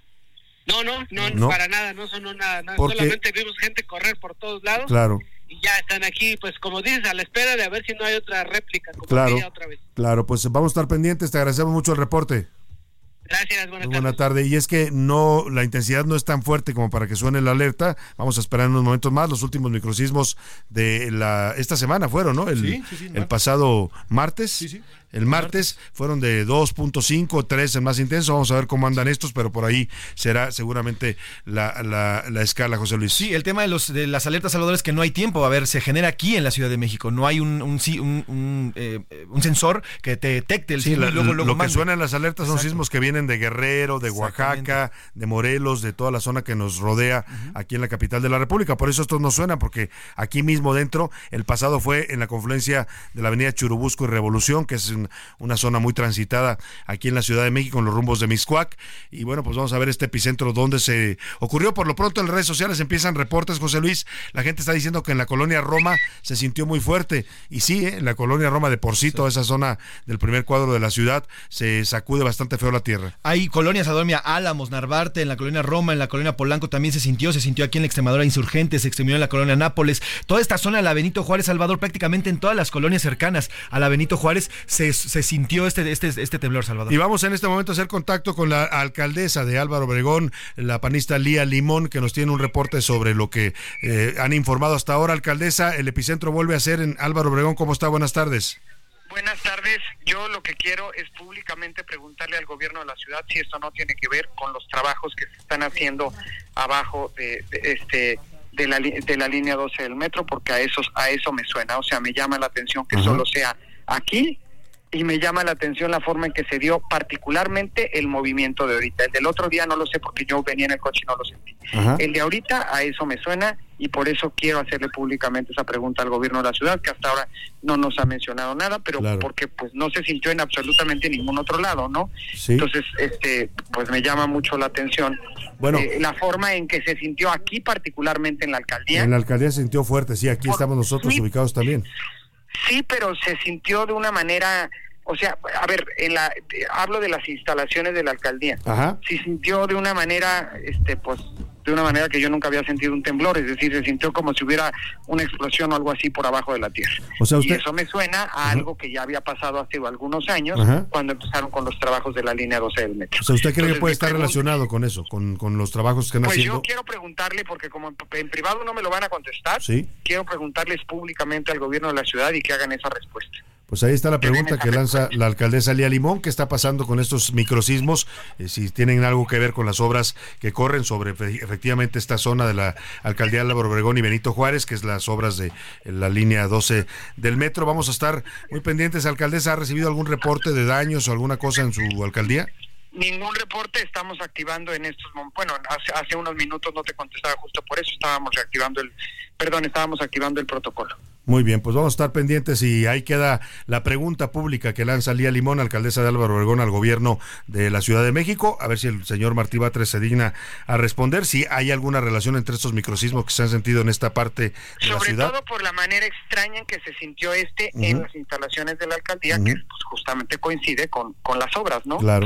Speaker 10: No, no, no, no, para nada, no sonó nada, nada. Solamente vimos gente correr por todos lados.
Speaker 20: Claro.
Speaker 10: Y ya están aquí, pues como dices, a la espera de a ver si no hay otra réplica, como
Speaker 20: claro,
Speaker 10: otra vez.
Speaker 20: Claro, pues vamos a estar pendientes, te agradecemos mucho el reporte.
Speaker 10: Gracias, buenas
Speaker 20: Buena tarde. Y es que no, la intensidad no es tan fuerte como para que suene la alerta. Vamos a esperar unos momentos más. Los últimos microsismos de la esta semana fueron, ¿no? El, sí, sí, sí, el pasado martes. Sí, sí. El martes fueron de dos punto cinco, tres el más intenso. Vamos a ver cómo andan estos, pero por ahí será seguramente la, la, la escala, José Luis.
Speaker 7: Sí, el tema de los de las alertas, Salvador, es que no hay tiempo. A ver, se genera aquí en la Ciudad de México. No hay un un, un, un, eh, un sensor que te detecte el
Speaker 20: sí,
Speaker 7: sismo
Speaker 20: la,
Speaker 7: y luego, luego
Speaker 20: lo
Speaker 7: mande.
Speaker 20: que suenan las alertas son Exacto. sismos que vienen de Guerrero, de Oaxaca, de Morelos, de toda la zona que nos rodea uh-huh. aquí en la capital de la República. Por eso estos no suenan, porque aquí mismo dentro, el pasado fue en la confluencia de la avenida Churubusco y Revolución, que es un, una zona muy transitada aquí en la Ciudad de México, en los rumbos de Mixcoac. Y bueno, pues vamos a ver este epicentro donde se ocurrió. Por lo pronto en redes sociales empiezan reportes, José Luis. La gente está diciendo que en la colonia Roma se sintió muy fuerte. Y sí, ¿eh? en la colonia Roma de por sí, sí, toda esa zona del primer cuadro de la ciudad, se sacude bastante feo la tierra.
Speaker 7: Hay colonias, Adormia, Álamos, Narvarte, en la colonia Roma, en la colonia Polanco también se sintió, se sintió aquí en la Extremadura Insurgente, se extendió en la colonia Nápoles. Toda esta zona de la Benito Juárez, Salvador, prácticamente en todas las colonias cercanas a la Benito Juárez se, se sintió este, este, este temblor, Salvador.
Speaker 20: Y vamos en este momento a hacer contacto con la alcaldesa de Álvaro Obregón, la panista Lía Limón, que nos tiene un reporte sobre lo que eh, han informado hasta ahora. Alcaldesa, el epicentro vuelve a ser en Álvaro Obregón. ¿Cómo está? Buenas tardes.
Speaker 11: Buenas tardes. Yo lo que quiero es públicamente preguntarle al gobierno de la ciudad si esto no tiene que ver con los trabajos que se están haciendo abajo de, de este de la de la línea doce del metro, porque a eso a eso me suena. O sea, me llama la atención que uh-huh. solo sea aquí. Y me llama la atención la forma en que se dio particularmente el movimiento de ahorita. El del otro día no lo sé porque yo venía en el coche y no lo sentí. Ajá. El de ahorita a eso me suena y por eso quiero hacerle públicamente esa pregunta al gobierno de la ciudad, que hasta ahora no nos ha mencionado nada, pero claro. porque pues no se sintió en absolutamente ningún otro lado, ¿no? Sí. Entonces, este, pues me llama mucho la atención bueno, eh, la forma en que se sintió aquí, particularmente en la alcaldía.
Speaker 20: En la alcaldía se sintió fuerte, sí, aquí por, estamos nosotros sí, ubicados también.
Speaker 11: Sí, pero se sintió de una manera, o sea, a ver, en la hablo de las instalaciones de la alcaldía. Ajá. Se sintió de una manera, este, pues, de una manera que yo nunca había sentido un temblor, es decir, se sintió como si hubiera una explosión o algo así por abajo de la tierra. O sea, usted... Y eso me suena a Ajá. algo que ya había pasado hace algunos años, Ajá. cuando empezaron con los trabajos de la línea doce del metro.
Speaker 20: O sea, ¿usted cree Entonces, que puede estar pregunta... relacionado con eso, con, con los trabajos que están
Speaker 11: pues
Speaker 20: haciendo?
Speaker 11: Pues yo quiero preguntarle, porque como en, en privado no me lo van a contestar,
Speaker 20: ¿Sí?
Speaker 11: quiero preguntarles públicamente al gobierno de la ciudad y que hagan esa respuesta.
Speaker 20: Pues ahí está la pregunta que lanza la alcaldesa Lía Limón. ¿Qué está pasando con estos microsismos? Eh, si tienen algo que ver con las obras que corren sobre efectivamente esta zona de la alcaldía de Álvaro Obregón y Benito Juárez, que es las obras de la línea doce del metro. Vamos a estar muy pendientes. Alcaldesa, ¿ha recibido algún reporte de daños o alguna cosa en su alcaldía?
Speaker 11: Ningún reporte, estamos activando en estos momentos, bueno, hace, hace unos minutos no te contestaba justo por eso, estábamos reactivando el, perdón, estábamos activando el protocolo.
Speaker 20: Muy bien, pues vamos a estar pendientes y ahí queda la pregunta pública que lanza Lía Limón, alcaldesa de Álvaro Obregón, al gobierno de la Ciudad de México, a ver si el señor Martí Batres se digna a responder, si hay alguna relación entre estos microsismos que se han sentido en esta parte de
Speaker 11: Sobre
Speaker 20: la ciudad.
Speaker 11: Sobre todo por la manera extraña en que se sintió este uh-huh. en las instalaciones de la alcaldía, uh-huh. que pues, justamente coincide con, con las obras, ¿no?
Speaker 20: Claro.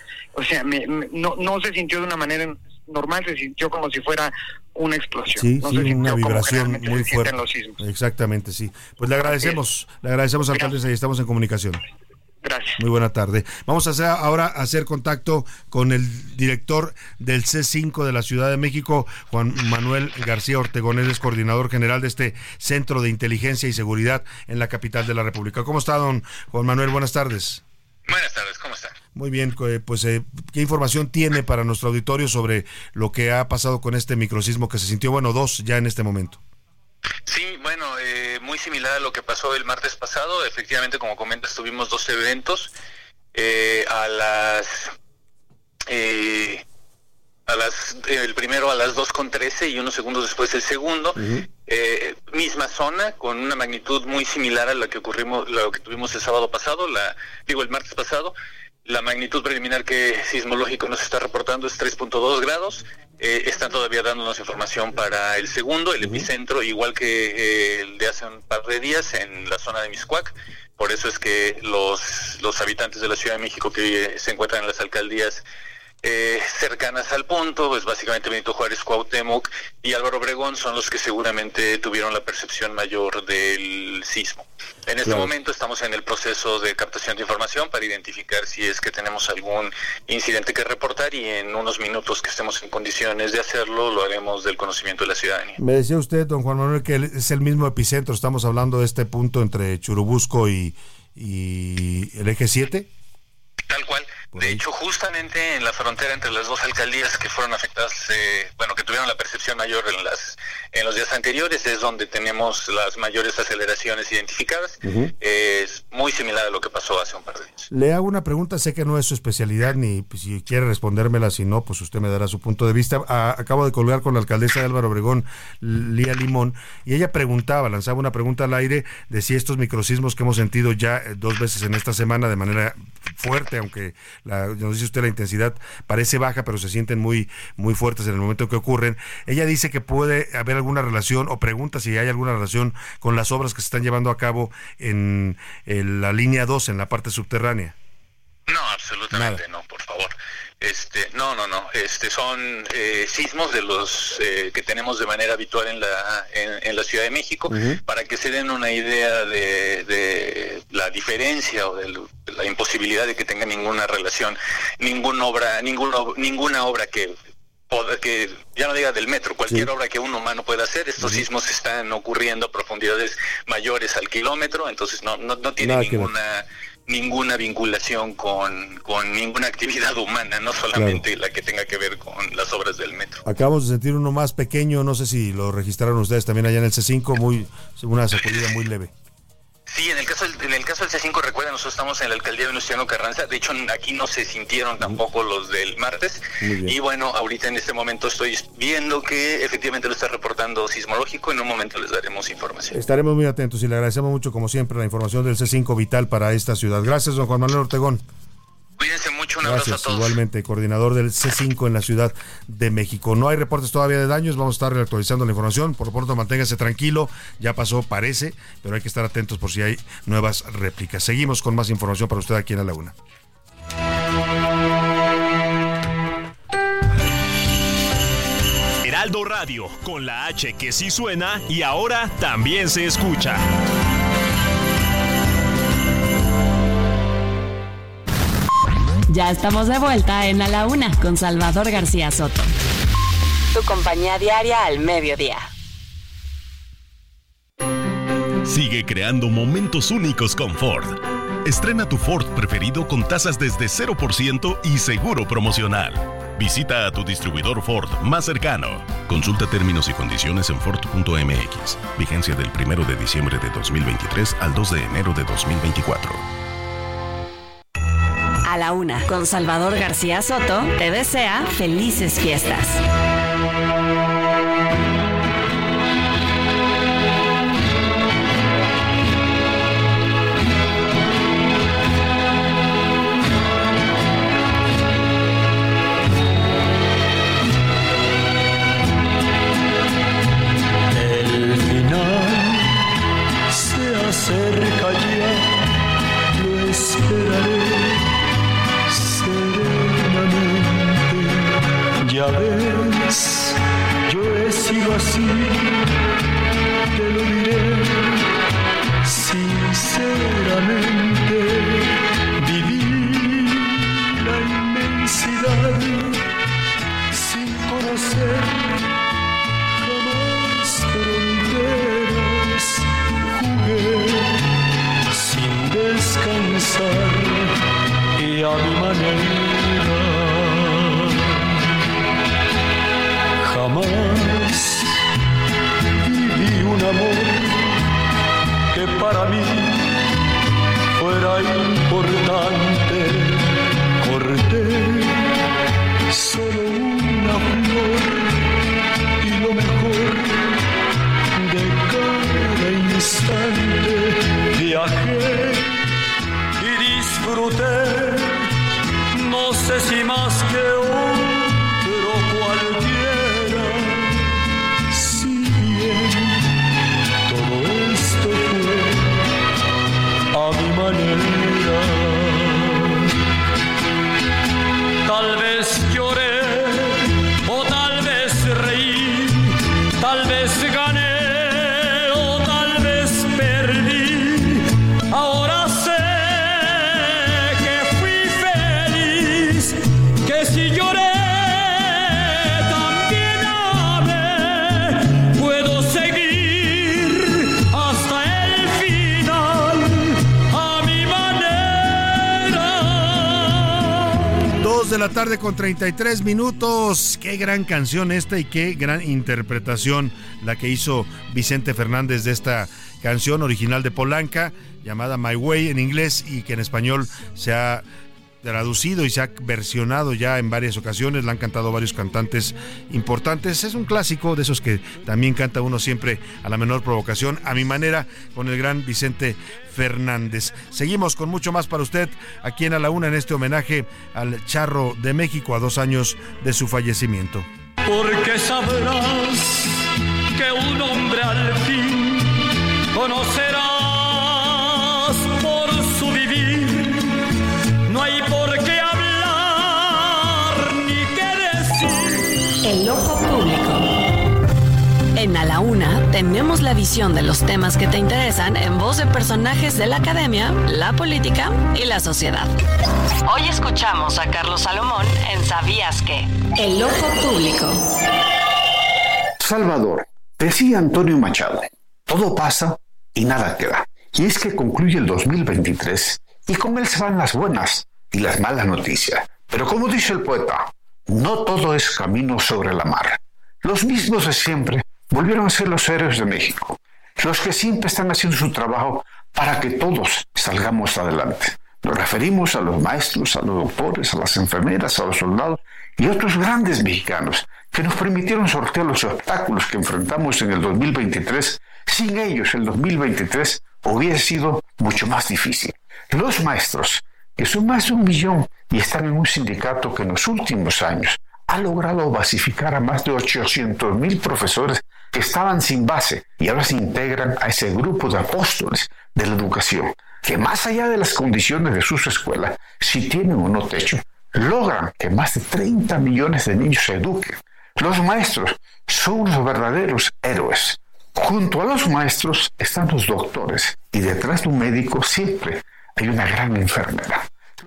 Speaker 11: O sea, me, me, no, no se sintió de una manera normal, se sintió como si fuera una explosión.
Speaker 20: Sí,
Speaker 11: no
Speaker 20: sí,
Speaker 11: se
Speaker 20: una vibración muy
Speaker 11: se
Speaker 20: fuerte.
Speaker 11: Los sismos.
Speaker 20: Exactamente, sí. Pues le agradecemos, le agradecemos, alcaldesa, y estamos en comunicación.
Speaker 11: Gracias.
Speaker 20: Muy buena tarde. Vamos a hacer ahora a hacer contacto con el director del C cinco de la Ciudad de México, Juan Manuel García Ortegón, él es coordinador general de este Centro de Inteligencia y Seguridad en la capital de la República. ¿Cómo está, don Juan Manuel? Buenas tardes.
Speaker 12: Buenas tardes, ¿cómo está?
Speaker 20: Muy bien, pues eh, ¿qué información tiene para nuestro auditorio sobre lo que ha pasado con este microsismo que se sintió, bueno, dos ya en este momento?
Speaker 12: Sí, bueno, eh, muy similar a lo que pasó el martes pasado. Efectivamente, como comentas, tuvimos dos eventos eh, a las eh, a las eh, el primero a las dos con trece y unos segundos después el segundo. Uh-huh. eh, misma zona con una magnitud muy similar a la que ocurrimos, lo que tuvimos el sábado pasado, la digo el martes pasado. La magnitud preliminar que sismológico nos está reportando es tres punto dos grados. Eh, están todavía dándonos información para el segundo, el epicentro, igual que eh, el de hace un par de días en la zona de Mixcoac. Por eso es que los, los habitantes de la Ciudad de México que se encuentran en las alcaldías eh, cercanas al punto, pues básicamente Benito Juárez, Cuauhtémoc y Álvaro Obregón son los que seguramente tuvieron la percepción mayor del sismo. En este claro. momento estamos en el proceso de captación de información para identificar si es que tenemos algún incidente que reportar y en unos minutos que estemos en condiciones de hacerlo, lo haremos del conocimiento de la ciudadanía.
Speaker 20: Me decía usted, don Juan Manuel, que es el mismo epicentro, estamos hablando de este punto entre Churubusco y, y el eje siete.
Speaker 12: Tal cual. De hecho, justamente en la frontera entre las dos alcaldías que fueron afectadas, eh, bueno, que tuvieron la percepción mayor en las en los días anteriores, es donde tenemos las mayores aceleraciones identificadas. Uh-huh. Eh, es muy similar a lo que pasó hace un par de días.
Speaker 20: Le hago una pregunta, sé que no es su especialidad, ni pues, si quiere respondérmela, si no, pues usted me dará su punto de vista. A, acabo de colgar con la alcaldesa de Álvaro Obregón, Lía Limón, y ella preguntaba, lanzaba una pregunta al aire de si estos microsismos que hemos sentido ya dos veces en esta semana de manera fuerte, aunque la, nos dice usted la intensidad parece baja, pero se sienten muy, muy fuertes en el momento que ocurren. Ella dice que puede haber alguna relación, o pregunta si hay alguna relación con las obras que se están llevando a cabo en, en la línea dos, en la parte subterránea.
Speaker 12: No, absolutamente Nada. no, por favor. Este, no, no, no. Este son eh, sismos de los eh, que tenemos de manera habitual en la en, en la Ciudad de México. Uh-huh. Para que se den una idea de, de la diferencia o de, de la imposibilidad de que tenga ninguna relación, ninguna obra, ninguna ninguna obra que que ya no diga del metro, cualquier sí. obra que un humano pueda hacer, estos uh-huh. sismos están ocurriendo a profundidades mayores al kilómetro, entonces no no, no tiene Nada ninguna ninguna vinculación con, con ninguna actividad humana, no solamente claro. la que tenga que ver con las obras del metro.
Speaker 20: Acabamos de sentir uno más pequeño, no sé si lo registraron ustedes también allá en el C cinco, muy una sacudida muy leve.
Speaker 12: Sí, en el caso del, en el caso del C cinco, recuerden, nosotros estamos en la alcaldía de Venustiano Carranza, de hecho aquí no se sintieron tampoco los del martes, y bueno, ahorita en este momento estoy viendo que efectivamente lo está reportando sismológico, en un momento les daremos información.
Speaker 20: Estaremos muy atentos y le agradecemos mucho, como siempre, la información del C cinco vital para esta ciudad. Gracias, don Juan Manuel Ortegón.
Speaker 12: Cuídense mucho, un
Speaker 20: Gracias,
Speaker 12: abrazo a todos.
Speaker 20: Igualmente, coordinador del C cinco en la Ciudad de México. No hay reportes todavía de daños, vamos a estar reactualizando la información. Por lo pronto, manténgase tranquilo, ya pasó, parece, pero hay que estar atentos por si hay nuevas réplicas. Seguimos con más información para usted aquí en A la Una.
Speaker 17: Heraldo Radio, con la H que sí suena y ahora también se escucha.
Speaker 2: Ya estamos de vuelta en A la Una con Salvador García Soto. Tu compañía diaria al mediodía.
Speaker 18: Sigue creando momentos únicos con Ford. Estrena tu Ford preferido con tasas desde cero por ciento y seguro promocional. Visita a tu distribuidor Ford más cercano. Consulta términos y condiciones en Ford punto M X. Vigencia del primero de diciembre de dos mil veintitrés al dos de enero de dos mil veinticuatro.
Speaker 2: A la Una, con Salvador García Soto, te desea felices fiestas.
Speaker 16: El final se acerca ya, lo esperaré. Ya ves, yo he sido así, te lo diré sinceramente, descansar y a mi manera. Jamás viví un amor que para mí fuera importante. Corté solo una flor y lo mejor de cada instante. Viajé y disfruté, no sé si más que otro cualquiera. Si bien todo esto fue a mi manera, tal vez lloré o tal vez reí, tal vez gané o tal vez perdí. Ahora sé que fui feliz, que si lloré también amé. Puedo seguir hasta el final a mi manera.
Speaker 20: Dos de la tarde con treinta y tres minutos. Qué gran canción esta y qué gran interpretación la que hizo Vicente Fernández de esta canción original de Polanca, llamada My Way en inglés, y que en español se ha traducido y se ha versionado ya en varias ocasiones. La han cantado varios cantantes importantes. Es un clásico de esos que también canta uno siempre a la menor provocación, a mi manera, con el gran Vicente Fernández. Seguimos con mucho más para usted aquí en A la Una, en este homenaje al Charro de México a dos años de su fallecimiento.
Speaker 16: Porque sabrás que un hombre al fin conocerás por su vivir. No hay por qué hablar ni qué decir.
Speaker 2: El ojo público. En A la Una tenemos la visión de los temas que te interesan en voz de personajes de la academia, la política y la sociedad. Hoy escuchamos a Carlos Salomón en ¿Sabías qué? El ojo público.
Speaker 13: Salvador, decía Antonio Machado, todo pasa y nada queda. Y es que concluye el dos mil veintitrés y con él se van las buenas y las malas noticias. Pero como dice el poeta, no todo es camino sobre la mar. Los mismos de siempre volvieron a ser los héroes de México, los que siempre están haciendo su trabajo para que todos salgamos adelante. Nos referimos a los maestros, a los doctores, a las enfermeras, a los soldados y otros grandes mexicanos que nos permitieron sortear los obstáculos que enfrentamos en el dos mil veintitrés. Sin ellos, el dos mil veintitrés hubiera sido mucho más difícil. Los maestros, que son más de un millón y están en un sindicato que en los últimos años ha logrado basificar a más de ochocientos mil profesores que estaban sin base y ahora se integran a ese grupo de apóstoles de la educación, que más allá de las condiciones de sus escuelas, si tienen o no techo, logran que más de treinta millones de niños se eduquen. Los maestros son los verdaderos héroes. Junto a los maestros están los doctores y detrás de un médico siempre hay una gran enfermera.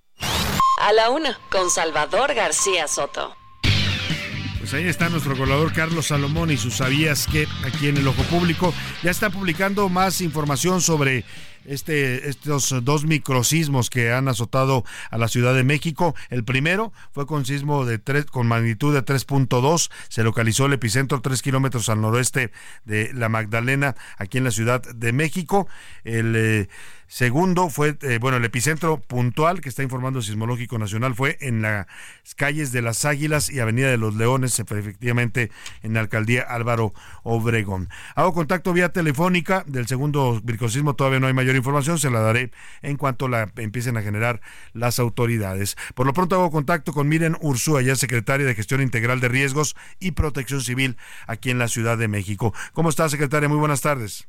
Speaker 2: A la Una, con Salvador García Soto.
Speaker 20: Pues ahí está nuestro colaborador Carlos Salomón y sus ¿Sabías qué? Aquí en el Ojo Público. Ya está publicando más información sobre este, estos dos microsismos que han azotado a la Ciudad de México. El primero fue con sismo de tres, con magnitud de tres punto dos. Se localizó el epicentro tres kilómetros al noroeste de La Magdalena, aquí en la Ciudad de México. El eh, segundo fue, eh, bueno, el epicentro puntual que está informando el Sismológico Nacional fue en las calles de Las Águilas y Avenida de los Leones, efectivamente en la alcaldía Álvaro Obregón. Hago contacto vía telefónica del segundo microsismo, todavía no hay mayor información, se la daré en cuanto la empiecen a generar las autoridades. Por lo pronto hago contacto con Miren Ursúa, ya secretaria de Gestión Integral de Riesgos y Protección Civil aquí en la Ciudad de México. ¿Cómo está, secretaria? Muy buenas tardes.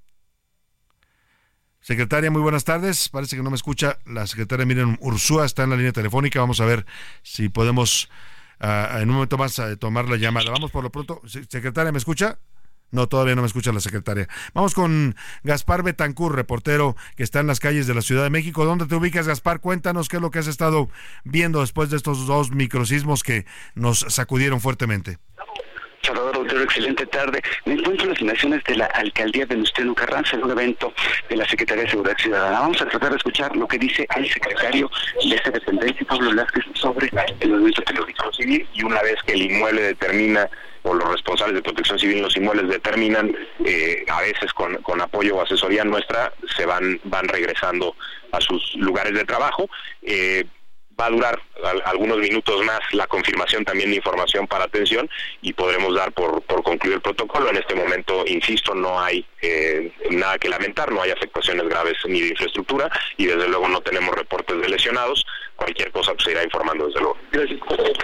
Speaker 20: Secretaria, muy buenas tardes. Parece que no me escucha la secretaria Miren Ursúa, está en la línea telefónica. Vamos a ver si podemos uh, en un momento más uh, tomar la llamada. Vamos por lo pronto. Secretaria, ¿me escucha? No, todavía no me escucha la secretaria. Vamos con Gaspar Betancur, reportero que está en las calles de la Ciudad de México. ¿Dónde te ubicas, Gaspar? Cuéntanos qué es lo que has estado viendo después de estos dos microsismos que nos sacudieron fuertemente.
Speaker 14: Salvador Otero, excelente tarde. Me encuentro en las inmediaciones de la alcaldía de Venustiano Carranza en un evento de la Secretaría de Seguridad Ciudadana. Vamos a tratar de escuchar lo que dice el secretario de esta dependencia, Pablo Velázquez, sobre el movimiento telúrico civil.
Speaker 15: Y una vez que el inmueble determina, o los responsables de protección civil en los inmuebles determinan, eh, a veces con, con apoyo o asesoría nuestra, se van, van regresando a sus lugares de trabajo. Eh, Va a durar algunos minutos más la confirmación también de información para atención y podremos dar por, por concluido el protocolo. En este momento, insisto, no hay eh, nada que lamentar, no hay afectaciones graves ni de infraestructura y desde luego no tenemos reportes de lesionados. Cualquier cosa pues, se irá informando desde luego.
Speaker 14: Gracias.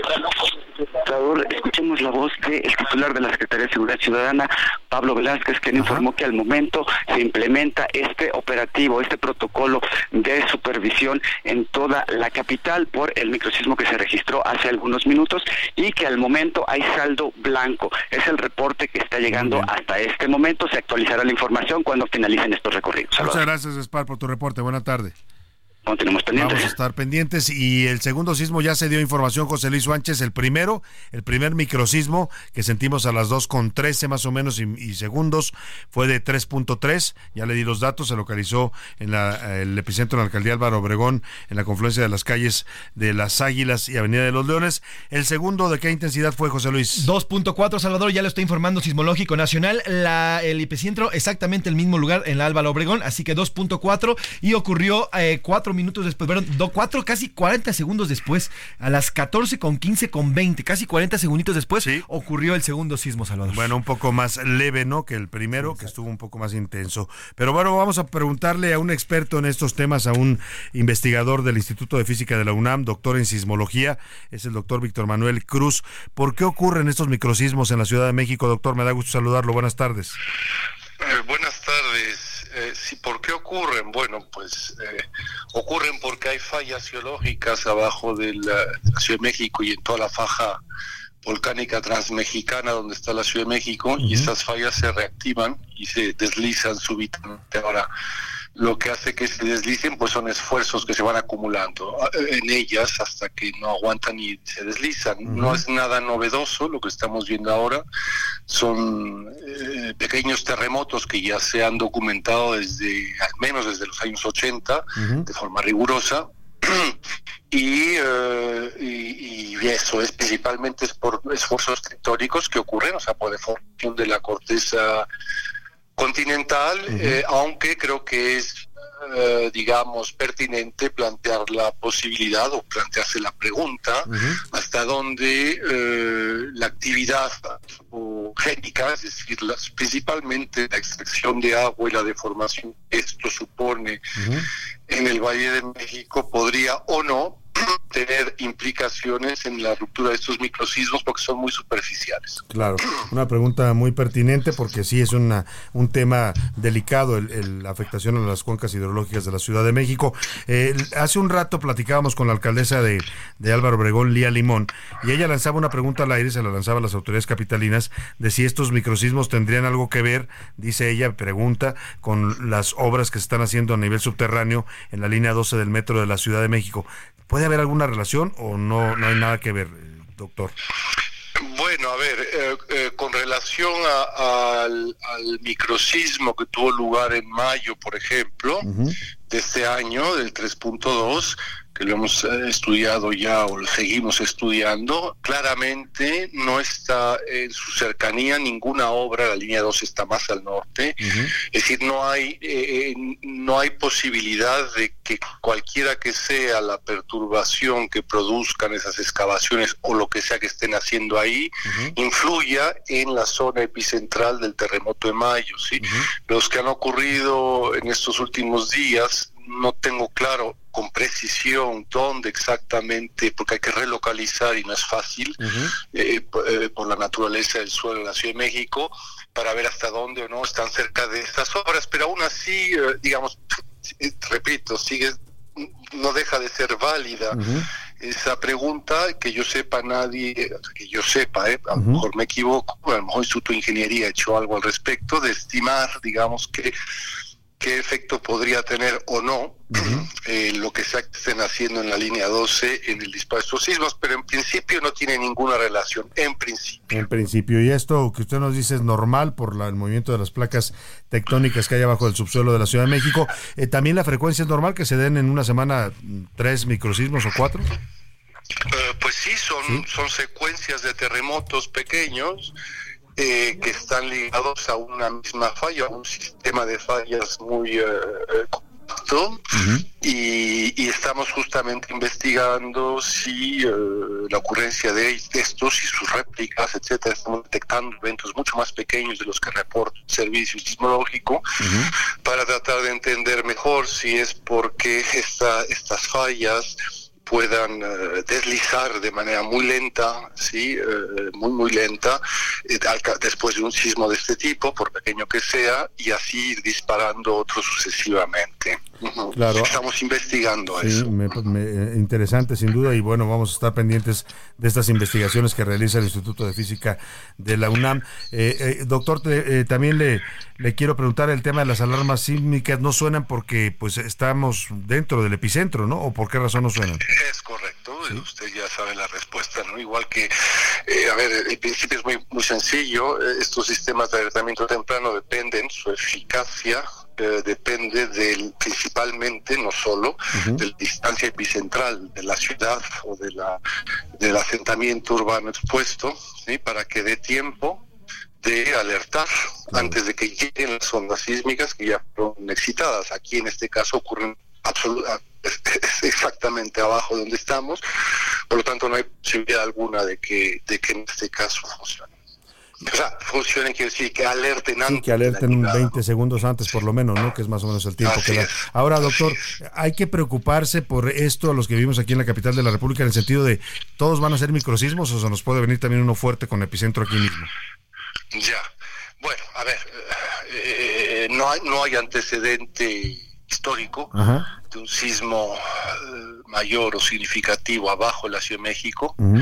Speaker 14: Salvador, escuchemos la voz del titular de la Secretaría de Seguridad Ciudadana, Pablo Velázquez, quien Ajá. informó que al momento se implementa este operativo, este protocolo de supervisión en toda la capital por el microsismo que se registró hace algunos minutos y que al momento hay saldo blanco. Es el reporte que está llegando hasta este momento. Se actualizará la información cuando finalicen estos recorridos.
Speaker 20: Muchas gracias, Spar, por tu reporte. Buena tarde.
Speaker 14: No tenemos pendientes.
Speaker 20: Vamos a estar pendientes. Y el segundo sismo ya se dio información, José Luis Sánchez. El primero, el primer microsismo que sentimos a las dos con trece más o menos y, y segundos fue de tres punto tres. Ya le di los datos. Se localizó en la, el epicentro de la alcaldía Álvaro Obregón, en la confluencia de las calles de Las Águilas y Avenida de los Leones. El segundo, ¿de qué intensidad fue, José Luis?
Speaker 7: dos punto cuatro, Salvador, ya lo estoy informando Sismológico Nacional. La, el epicentro exactamente el mismo lugar en la Álvaro Obregón, así que dos punto cuatro y ocurrió eh, cuatro minutos después, perdón, cuatro, casi cuarenta segundos después, a las catorce con quince con veinte, casi cuarenta segunditos después, ¿sí? Ocurrió el segundo sismo, Salvador.
Speaker 20: Bueno, un poco más leve, ¿no?, que el primero, Exacto. que estuvo un poco más intenso. Pero bueno, vamos a preguntarle a un experto en estos temas, a un investigador del Instituto de Física de la UNAM, doctor en sismología, es el doctor Víctor Manuel Cruz. ¿Por qué ocurren estos microsismos en la Ciudad de México? Doctor, me da gusto saludarlo. Buenas tardes.
Speaker 19: Eh, buenas tardes. Eh, sí, ¿por qué ocurren? Bueno, pues eh, ocurren porque hay fallas geológicas abajo de la, de la Ciudad de México y en toda la faja volcánica transmexicana donde está la Ciudad de México, uh-huh. y esas fallas se reactivan y se deslizan súbitamente. Ahora, lo que hace que se deslicen pues son esfuerzos que se van acumulando en ellas hasta que no aguantan y se deslizan. Uh-huh. No es nada novedoso lo que estamos viendo ahora, son eh, pequeños terremotos que ya se han documentado desde, al menos desde los años ochenta, uh-huh. de forma rigurosa. Y, uh, y, y eso es principalmente es por esfuerzos tectónicos que ocurren, o sea, por deformación de la corteza continental, uh-huh. eh, aunque creo que es, uh, digamos, pertinente plantear la posibilidad o plantearse la pregunta uh-huh. hasta dónde uh, la actividad génica, es decir, las, principalmente la extracción de agua y la deformación que esto supone uh-huh. en el Valle de México, podría o no tener implicaciones en la ruptura de estos microsismos porque son muy superficiales.
Speaker 20: Claro, una pregunta muy pertinente porque sí es una un tema delicado el, el, la afectación a las cuencas hidrológicas de la Ciudad de México. Eh, hace un rato platicábamos con la alcaldesa de, de Álvaro Obregón, Lía Limón, y ella lanzaba una pregunta al aire, se la lanzaba a las autoridades capitalinas, de si estos microsismos tendrían algo que ver, dice ella, pregunta, con las obras que se están haciendo a nivel subterráneo en la línea doce del metro de la Ciudad de México. ¿Puede haber alguna relación o no, no hay nada que ver, doctor?
Speaker 19: Bueno, a ver, eh, eh, con relación a, a, al, al microsismo que tuvo lugar en mayo, por ejemplo, uh-huh. de este año, del tres punto dos, que lo hemos estudiado ya o lo seguimos estudiando, claramente no está en su cercanía ninguna obra, la línea dos está más al norte, uh-huh. es decir, no hay eh, no hay posibilidad de que cualquiera que sea la perturbación que produzcan esas excavaciones o lo que sea que estén haciendo ahí, uh-huh. influya en la zona epicentral del terremoto de mayo, ¿sí? Uh-huh. Los que han ocurrido en estos últimos días, no tengo claro con precisión dónde exactamente, porque hay que relocalizar y no es fácil, uh-huh. eh, eh, por la naturaleza del suelo de la Ciudad de México, para ver hasta dónde o no están cerca de estas obras, pero aún así, eh, digamos, repito, sigue, no deja de ser válida uh-huh. esa pregunta. Que yo sepa, nadie, que yo sepa, eh, a lo uh-huh. mejor me equivoco, a lo mejor el Instituto de Ingeniería ha hecho algo al respecto, de estimar, digamos, que qué efecto podría tener o no uh-huh. eh, lo que se estén haciendo en la línea doce en el disparo de estos sismos, pero en principio no tiene ninguna relación, en principio.
Speaker 20: En principio, y esto que usted nos dice es normal por la, el movimiento de las placas tectónicas que hay abajo del subsuelo de la Ciudad de México. Eh, ¿También la frecuencia es normal que se den en una semana tres microsismos o cuatro?
Speaker 19: Uh, pues sí, son, ¿Sí? son secuencias de terremotos pequeños, Eh, que están ligados a una misma falla, a un sistema de fallas muy eh, compacto, uh-huh. y, y estamos justamente investigando si eh, la ocurrencia de estos y sus réplicas, etcétera. Estamos detectando eventos mucho más pequeños de los que reporta el servicio sismológico, uh-huh. para tratar de entender mejor si es porque esta, estas fallas puedan uh, deslizar de manera muy lenta, sí, uh, muy muy lenta, eh, después de un sismo de este tipo, por pequeño que sea, y así ir disparando otros sucesivamente. Uh-huh. Claro. Estamos investigando
Speaker 20: sí,
Speaker 19: eso.
Speaker 20: Me, me, interesante sin duda, y bueno, vamos a estar pendientes de estas investigaciones que realiza el Instituto de Física de la UNAM. Eh, eh, doctor, te, eh, también le, le quiero preguntar el tema de las alarmas sísmicas. ¿No suenan porque pues estamos dentro del epicentro, no? ¿O por qué razón no suenan?
Speaker 19: Es correcto, ¿Sí? Usted ya sabe la respuesta, ¿no? Igual que, eh, a ver, el principio es muy muy sencillo. Estos sistemas de alertamiento temprano dependen, su eficacia eh, depende del, principalmente, no solo, uh-huh. de la distancia epicentral de la ciudad o de la del asentamiento urbano expuesto, ¿sí? Para que dé tiempo de alertar uh-huh. antes de que lleguen las ondas sísmicas que ya fueron excitadas. Aquí en este caso ocurren absolutamente Es, es exactamente abajo donde estamos, por lo tanto no hay posibilidad alguna de que de que en este caso funcione. O sea, funcionen quiere decir que alerten antes.
Speaker 20: Sí, que alerten veinte segundos antes por lo menos, ¿no? Que es más o menos el tiempo Así que da. Es. Ahora, doctor, hay que preocuparse por esto a los que vivimos aquí en la capital de la República, en el sentido de, ¿todos van a ser microsismos o se nos puede venir también uno fuerte con epicentro aquí mismo?
Speaker 19: Ya, bueno, a ver, eh, no hay no hay antecedente histórico Ajá. de un sismo eh, mayor o significativo abajo de la Ciudad de México. Uh-huh.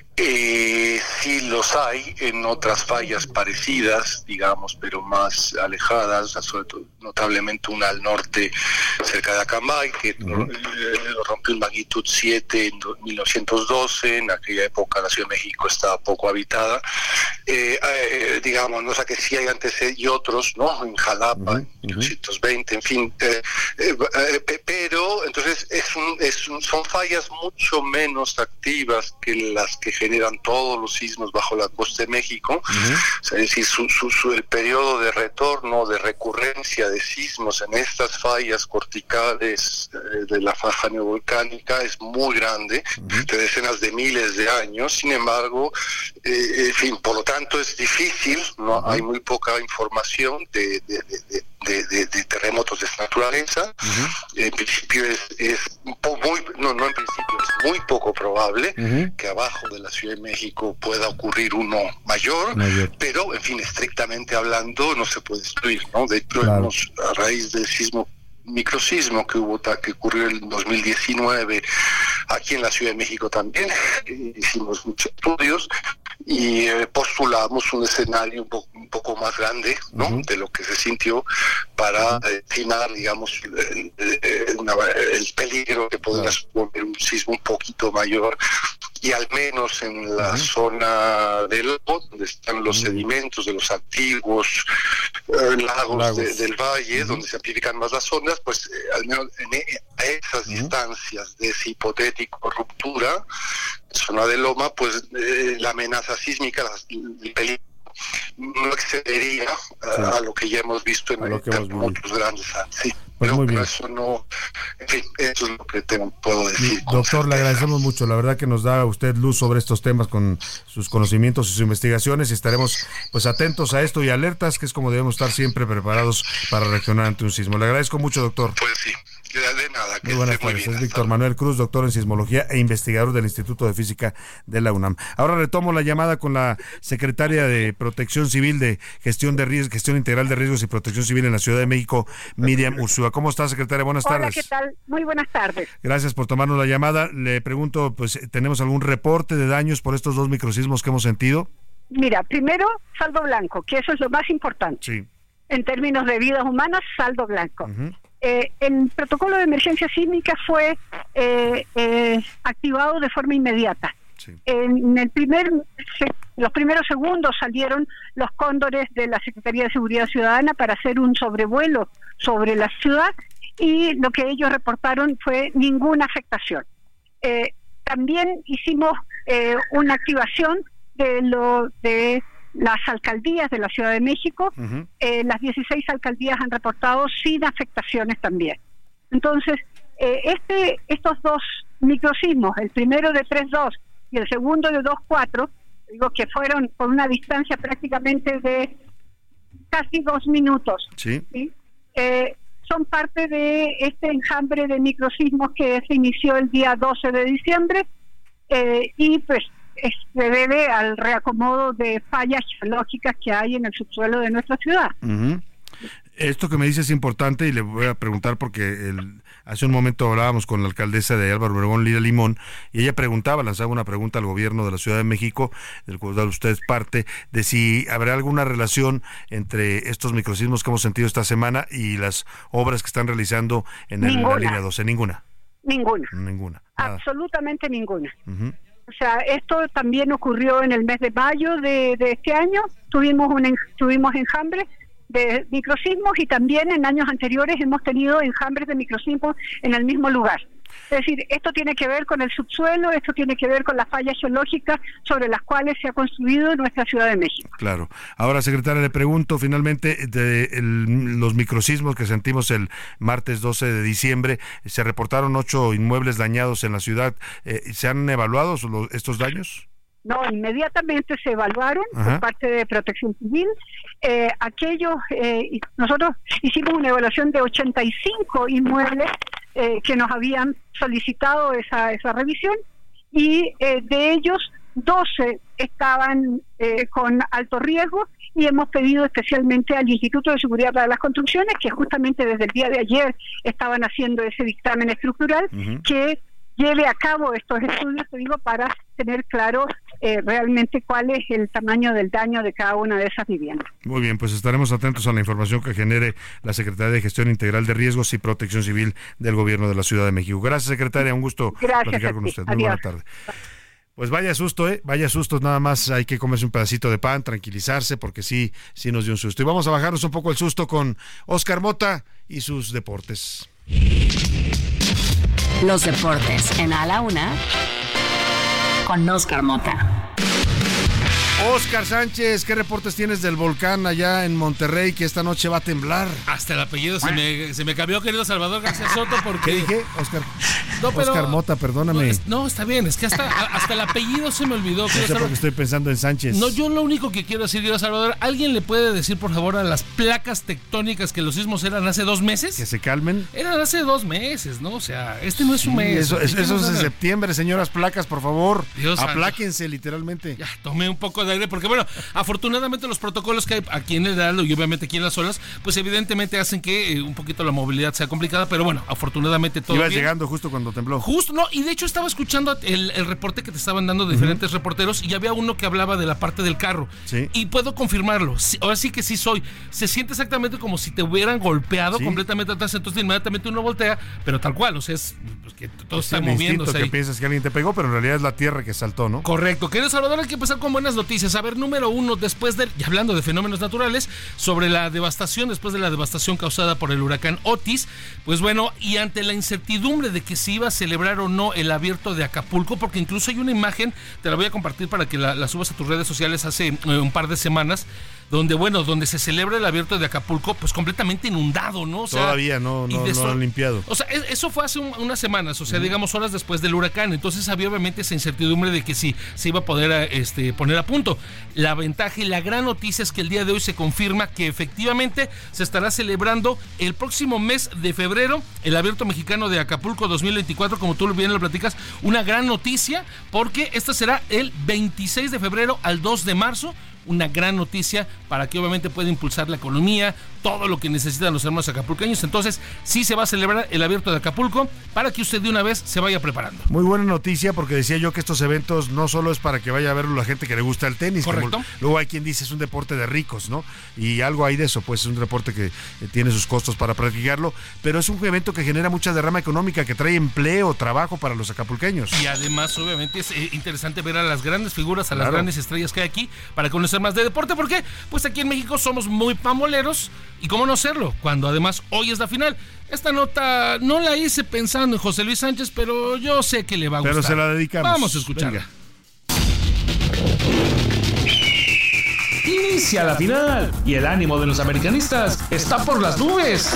Speaker 19: Eh, sí los hay en otras fallas parecidas, digamos, pero más alejadas, sobre todo notablemente una al norte cerca de Acambay, que uh-huh. eh, rompió en magnitud siete en mil novecientos doce, en aquella época la Ciudad de México estaba poco habitada, eh, eh, digamos, no o sea que sí hay antecedentes y otros, ¿no? En Jalapa, uh-huh. en mil novecientos veinte, en fin, eh, eh, eh, pero entonces es un, es un, son fallas mucho menos activas que las que generan todos los sismos bajo la costa de México, uh-huh. o sea, es decir, su, su, su, el periodo de retorno, de recurrencia de sismos en estas fallas corticales eh, de la faja neovolcánica es muy grande, uh-huh. de decenas de miles de años. Sin embargo, eh, en fin, por lo tanto es difícil, no uh-huh. hay muy poca información de, de, de, de De, de, de terremotos de esta naturaleza. Uh-huh. En principio es, es muy, no, no en principio, es muy poco probable uh-huh. que abajo de la Ciudad de México pueda ocurrir uno mayor, mayor, pero en fin, estrictamente hablando no se puede excluir, ¿no? De hecho, claro. hemos, a raíz del sismo microsismo que hubo que ocurrió en dos mil diecinueve aquí en la Ciudad de México también, hicimos muchos estudios y eh, postulamos un escenario un, po- un poco más grande, ¿no? Uh-huh. de lo que se sintió para estimar, uh-huh. digamos, el, el, una, el peligro que podría suponer un sismo un poquito mayor, y al menos en la uh-huh. zona del lago, donde están los uh-huh. sedimentos de los antiguos eh, lagos, lagos. De, del valle, uh-huh. donde se amplifican más las ondas, pues eh, al menos en, a esas uh-huh. distancias de esa hipotética ruptura, zona de loma, pues eh, la amenaza sísmica, el peligro no excedería sí. a, a lo que ya hemos visto en otros grandes sí.
Speaker 20: Pues muy bien.
Speaker 19: Eso no, en fin, eso es lo que te puedo decir.
Speaker 20: Doctor, le agradecemos mucho, la verdad que nos da usted luz sobre estos temas con sus conocimientos y sus investigaciones, y estaremos pues atentos a esto y alertas, que es como debemos estar siempre preparados para reaccionar ante un sismo. Le agradezco mucho, doctor.
Speaker 19: Pues sí. De nada, que
Speaker 20: muy buenas tardes, es Víctor Manuel Cruz, doctor en sismología e investigador del Instituto de Física de la UNAM. Ahora retomo la llamada con la secretaria de Protección Civil de Gestión de Riesgos, Gestión Integral de Riesgos y Protección Civil en la Ciudad de México, Miriam Ursúa. ¿Cómo está, secretaria? Buenas
Speaker 1: Hola,
Speaker 20: tardes.
Speaker 1: ¿qué tal? Muy buenas tardes.
Speaker 20: Gracias por tomarnos la llamada. Le pregunto, pues, ¿tenemos algún reporte de daños por estos dos microsismos que hemos sentido?
Speaker 1: Mira, primero, saldo blanco, que eso es lo más importante.
Speaker 20: Sí.
Speaker 1: en términos de vidas humanas, saldo blanco. Uh-huh. Eh, el protocolo de emergencia sísmica fue eh, eh, activado de forma inmediata. Sí. En el primer, los primeros segundos salieron los cóndores de la Secretaría de Seguridad Ciudadana para hacer un sobrevuelo sobre la ciudad y lo que ellos reportaron fue ninguna afectación. Eh, también hicimos eh, una activación de lo de las alcaldías de la Ciudad de México. Uh-huh. eh, las dieciséis alcaldías han reportado sin afectaciones también. Entonces, eh, este estos dos microsismos, el primero de tres punto dos y el segundo de dos punto cuatro, digo que fueron con una distancia prácticamente de casi dos minutos. Sí. ¿Sí? Eh, son parte de este enjambre de microsismos que se inició el día doce de diciembre eh, y pues se debe al reacomodo de fallas geológicas que hay en el subsuelo de nuestra ciudad.
Speaker 20: Uh-huh. Esto que me dice es importante y le voy a preguntar porque el, hace un momento hablábamos con la alcaldesa de Álvaro Obregón, Lida Limón, y ella preguntaba, lanzaba una pregunta al gobierno de la Ciudad de México, del cual usted es parte, de si habrá alguna relación entre estos microsismos que hemos sentido esta semana y las obras que están realizando en el, la línea doce. ¿Ninguna?
Speaker 1: Ninguna.
Speaker 20: Ninguna.
Speaker 1: Nada. Absolutamente ninguna.
Speaker 20: Uh-huh.
Speaker 1: O sea, esto también ocurrió en el mes de mayo de, de este año. Tuvimos un tuvimos enjambre de microsismos y también en años anteriores hemos tenido enjambres de microsismos en el mismo lugar. Es decir, esto tiene que ver con el subsuelo, esto tiene que ver con las fallas geológicas sobre las cuales se ha construido nuestra Ciudad de México.
Speaker 20: Claro. Ahora, secretaria, le pregunto finalmente de el, los microsismos que sentimos el martes doce de diciembre. Se reportaron ocho inmuebles dañados en la ciudad. Eh, ¿Se han evaluado los, estos daños?
Speaker 1: No, inmediatamente se evaluaron. Ajá. Por parte de Protección Civil. Eh, aquellos, eh, nosotros hicimos una evaluación de ochenta y cinco inmuebles eh, que nos habían solicitado esa, esa revisión y eh, de ellos doce estaban eh, con alto riesgo y hemos pedido especialmente al Instituto de Seguridad para las Construcciones, que justamente desde el día de ayer estaban haciendo ese dictamen estructural, uh-huh. que lleve a cabo estos estudios, te digo, para tener claro eh, realmente cuál es el tamaño del daño de cada una de esas viviendas.
Speaker 20: Muy bien, pues estaremos atentos a la información que genere la Secretaría de Gestión Integral de Riesgos y Protección Civil del Gobierno de la Ciudad de México. Gracias, secretaria, un gusto
Speaker 1: Gracias
Speaker 20: platicar con usted. Muy
Speaker 1: Adiós.
Speaker 20: buena tarde. Pues vaya susto, ¿eh? Vaya susto, nada más hay que comerse un pedacito de pan, tranquilizarse, porque sí, sí nos dio un susto. Y vamos a bajarnos un poco el susto con Oscar Mota y sus deportes.
Speaker 2: Los deportes en A la Una con Oscar Mota.
Speaker 20: Oscar Sánchez, ¿qué reportes tienes del volcán allá en Monterrey que esta noche va a temblar?
Speaker 5: Hasta el apellido se me, se me cambió, querido Salvador García Soto, porque...
Speaker 20: ¿Qué dije? Oscar,
Speaker 5: no, pero,
Speaker 20: Oscar Mota, perdóname.
Speaker 5: No, es, no, está bien, es que hasta, hasta el apellido se me olvidó.
Speaker 20: No sé por qué estoy pensando en Sánchez.
Speaker 5: No, yo lo único que quiero decir, querido Salvador, ¿alguien le puede decir, por favor, a las placas tectónicas que los sismos eran hace dos meses?
Speaker 20: Que se calmen.
Speaker 5: Eran hace dos meses, ¿no? O sea, este no es un
Speaker 20: sí,
Speaker 5: mes.
Speaker 20: Eso, es, eso es en septiembre, señoras placas, por favor.
Speaker 5: Dios
Speaker 20: Apláquense, santo. Literalmente.
Speaker 5: Ya, tomé un poco de aire, porque bueno... Afortunadamente los protocolos que hay aquí en el Heraldo y obviamente aquí en las olas, pues evidentemente hacen que eh, un poquito la movilidad sea complicada, pero bueno, afortunadamente todo
Speaker 20: Ibas
Speaker 5: bien.
Speaker 20: llegando justo cuando tembló.
Speaker 5: Justo, no, y de hecho estaba escuchando el, el reporte que te estaban dando de diferentes uh-huh. reporteros y había uno que hablaba de la parte del carro.
Speaker 20: Sí.
Speaker 5: Y puedo confirmarlo, sí, ahora sí que sí soy. Se siente exactamente como si te hubieran golpeado sí. completamente atrás, entonces inmediatamente uno voltea, pero tal cual, o sea, es pues, que todo
Speaker 20: es
Speaker 5: está moviéndose.
Speaker 20: que piensas que alguien te pegó, pero en realidad es la tierra que saltó, ¿no?
Speaker 5: Correcto. Querido Salvador, hay que empezar con buenas noticias. A ver, número uno, después de y hablando de fenómenos naturales, sobre la devastación, después de la devastación causada por el huracán Otis, pues bueno, y ante la incertidumbre de que se iba a celebrar o no el abierto de Acapulco, porque incluso hay una imagen, te la voy a compartir para que la, la subas a tus redes sociales hace eh, un par de semanas, donde bueno, donde se celebra el abierto de Acapulco, pues completamente inundado, ¿no? O sea,
Speaker 20: todavía no, no, no lo han limpiado.
Speaker 5: O sea, eso fue hace un, unas semanas, o sea, uh-huh. digamos horas después del huracán, entonces había obviamente esa incertidumbre de que sí se iba a poder este, poner a punto. La ventaja y la gran noticia es que el día de hoy se confirma que efectivamente se estará celebrando el próximo mes de febrero el abierto mexicano de Acapulco dos mil veinticuatro, como tú bien lo platicas, una gran noticia, porque esta será el veintiséis de febrero al dos de marzo, una gran noticia para que obviamente pueda impulsar la economía, todo lo que necesitan los hermanos acapulqueños. Entonces sí se va a celebrar el Abierto de Acapulco para que usted de una vez se vaya preparando.
Speaker 20: Muy buena noticia, porque decía yo que estos eventos no solo es para que vaya a verlo la gente que le gusta el tenis.
Speaker 5: Correcto.
Speaker 20: Como luego hay quien dice es un deporte de ricos, ¿no? Y algo hay de eso, pues es un deporte que eh, tiene sus costos para practicarlo, pero es un evento que genera mucha derrama económica, que trae empleo, trabajo para los acapulqueños.
Speaker 5: Y además obviamente es eh, interesante ver a las grandes figuras, a las
Speaker 20: Claro.
Speaker 5: grandes estrellas que hay aquí para conocer más de deporte, porque pues aquí en México somos muy pamboleros y cómo no serlo, cuando además hoy es la final. Esta nota no la hice pensando en José Luis Sánchez, pero yo sé que le va a
Speaker 20: Pero
Speaker 5: gustar.
Speaker 20: se la dedicamos.
Speaker 5: Vamos a escucharla.
Speaker 21: Inicia la final y el ánimo de los americanistas está por las nubes.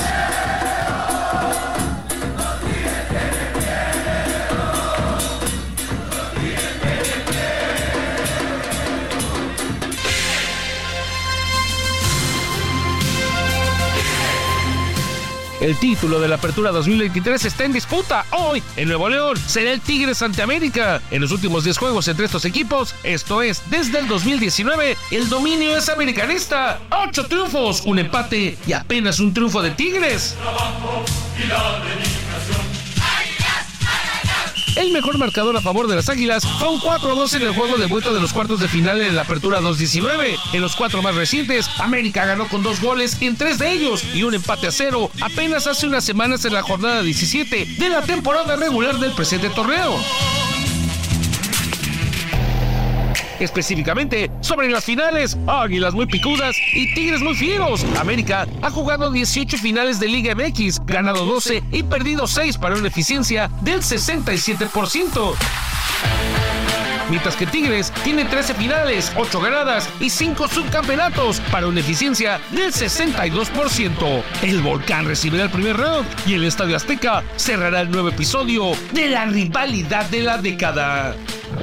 Speaker 21: El título de la Apertura dos mil veintitrés está en disputa. Hoy, en Nuevo León, será el Tigres ante América. En los últimos diez juegos entre estos equipos, esto es, desde el dos mil diecinueve, el dominio es americanista. Ocho triunfos, un empate y apenas un triunfo de Tigres. El mejor marcador a favor de las Águilas fue un cuatro a dos en el juego de vuelta de los cuartos de final en la Apertura dos diecinueve. En los cuatro más recientes, América ganó con dos goles en tres de ellos y un empate a cero apenas hace unas semanas en la jornada diecisiete de la temporada regular del presente torneo. Específicamente, sobre las finales, Águilas muy picudas y Tigres muy fieros. América ha jugado dieciocho finales de Liga M X, ganado doce y perdido seis para una eficiencia del sesenta y siete por ciento. Mientras que Tigres tiene trece finales, ocho ganadas y cinco subcampeonatos para una eficiencia del sesenta y dos por ciento. El Volcán recibirá el primer round y el Estadio Azteca cerrará el nuevo episodio de la rivalidad de la década.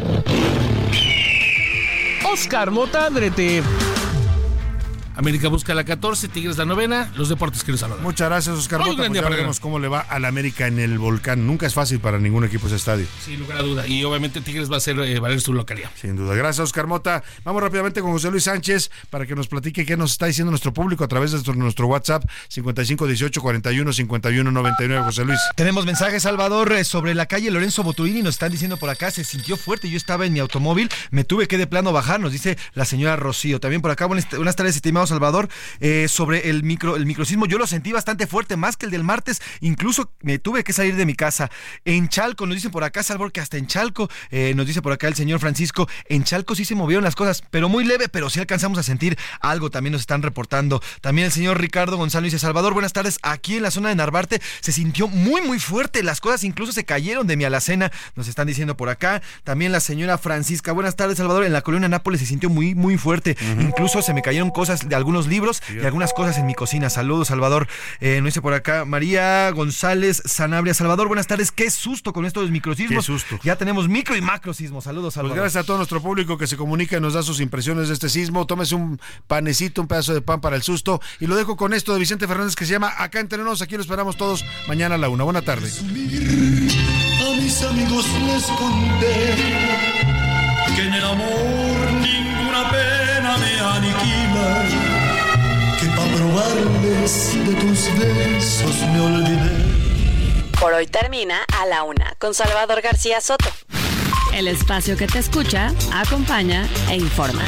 Speaker 21: Oscar Mota Andrete.
Speaker 5: América busca la catorce, Tigres la novena, los deportes que les hablan.
Speaker 20: Muchas gracias, Oscar
Speaker 5: Hoy
Speaker 20: Mota.
Speaker 5: un día
Speaker 20: Pues ya
Speaker 5: para
Speaker 20: veremos cómo le va al América en el Volcán. Nunca es fácil para ningún equipo ese estadio.
Speaker 5: Sin lugar a duda. Y obviamente Tigres va a hacer eh, valer su localidad.
Speaker 20: Sin duda. Gracias, Oscar Mota. Vamos rápidamente con José Luis Sánchez para que nos platique qué nos está diciendo nuestro público a través de nuestro, nuestro WhatsApp cincuenta y cinco dieciocho cuarenta y uno cincuenta y uno noventa y nueve. José Luis.
Speaker 7: Tenemos mensajes, Salvador, eh, sobre la calle Lorenzo Boturini. Nos están diciendo por acá, se sintió fuerte. Yo estaba en mi automóvil, me tuve que de plano bajar, nos dice la señora Rocío. También por acá, buenas, buenas tardes, estimado Salvador. Eh, sobre el micro el microsismo, yo lo sentí bastante fuerte, más que el del martes. Incluso me tuve que salir de mi casa. En Chalco, nos dicen por acá, Salvador, que hasta en Chalco, eh, nos dice por acá el señor Francisco, en Chalco sí se movieron las cosas, pero muy leve, pero sí alcanzamos a sentir algo. También nos están reportando. También el señor Ricardo Gonzalo dice, Salvador, buenas tardes. Aquí en la zona de Narvarte se sintió muy, muy fuerte. Las cosas incluso se cayeron de mi alacena, nos están diciendo por acá. También la señora Francisca, buenas tardes, Salvador. En la colonia Nápoles se sintió muy, muy fuerte. Uh-huh. Incluso se me cayeron cosas de algunos libros y algunas cosas en mi cocina. Saludos, Salvador. Eh, nos dice por acá María González Sanabria. Salvador, buenas tardes. Qué susto con esto de microsismos.
Speaker 20: Qué susto.
Speaker 7: Ya tenemos micro y macrosismos. Saludos, Salvador.
Speaker 20: Pues gracias a todo nuestro público que se comunica y nos da sus impresiones de este sismo. Tómese un panecito, un pedazo de pan para el susto. Y lo dejo con esto de Vicente Fernández que se llama Acá Entre Nos. Aquí lo esperamos todos mañana a la una. Buena tarde.
Speaker 16: A mis amigos les conté que en el amor ninguna pena me aniquila, que para probarles de tus besos me olvidé.
Speaker 2: Por hoy termina A la Una con Salvador García Soto. El espacio que te escucha, acompaña e informa.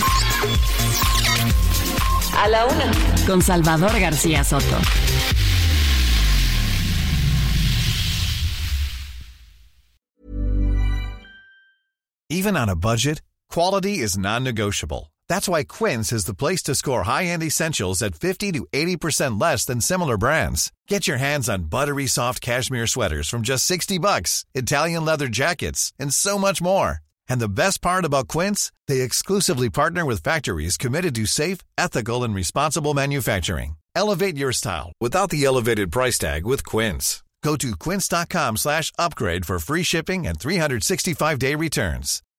Speaker 2: A la Una con Salvador García Soto.
Speaker 22: Even on a budget, quality is non-negotiable. That's why Quince is the place to score high-end essentials at fifty to eighty percent less than similar brands. Get your hands on buttery soft cashmere sweaters from just sixty bucks, Italian leather jackets, and so much more. And the best part about Quince, they exclusively partner with factories committed to safe, ethical, and responsible manufacturing. Elevate your style without the elevated price tag with Quince. Go to quince.com slash upgrade for free shipping and three sixty-five day returns.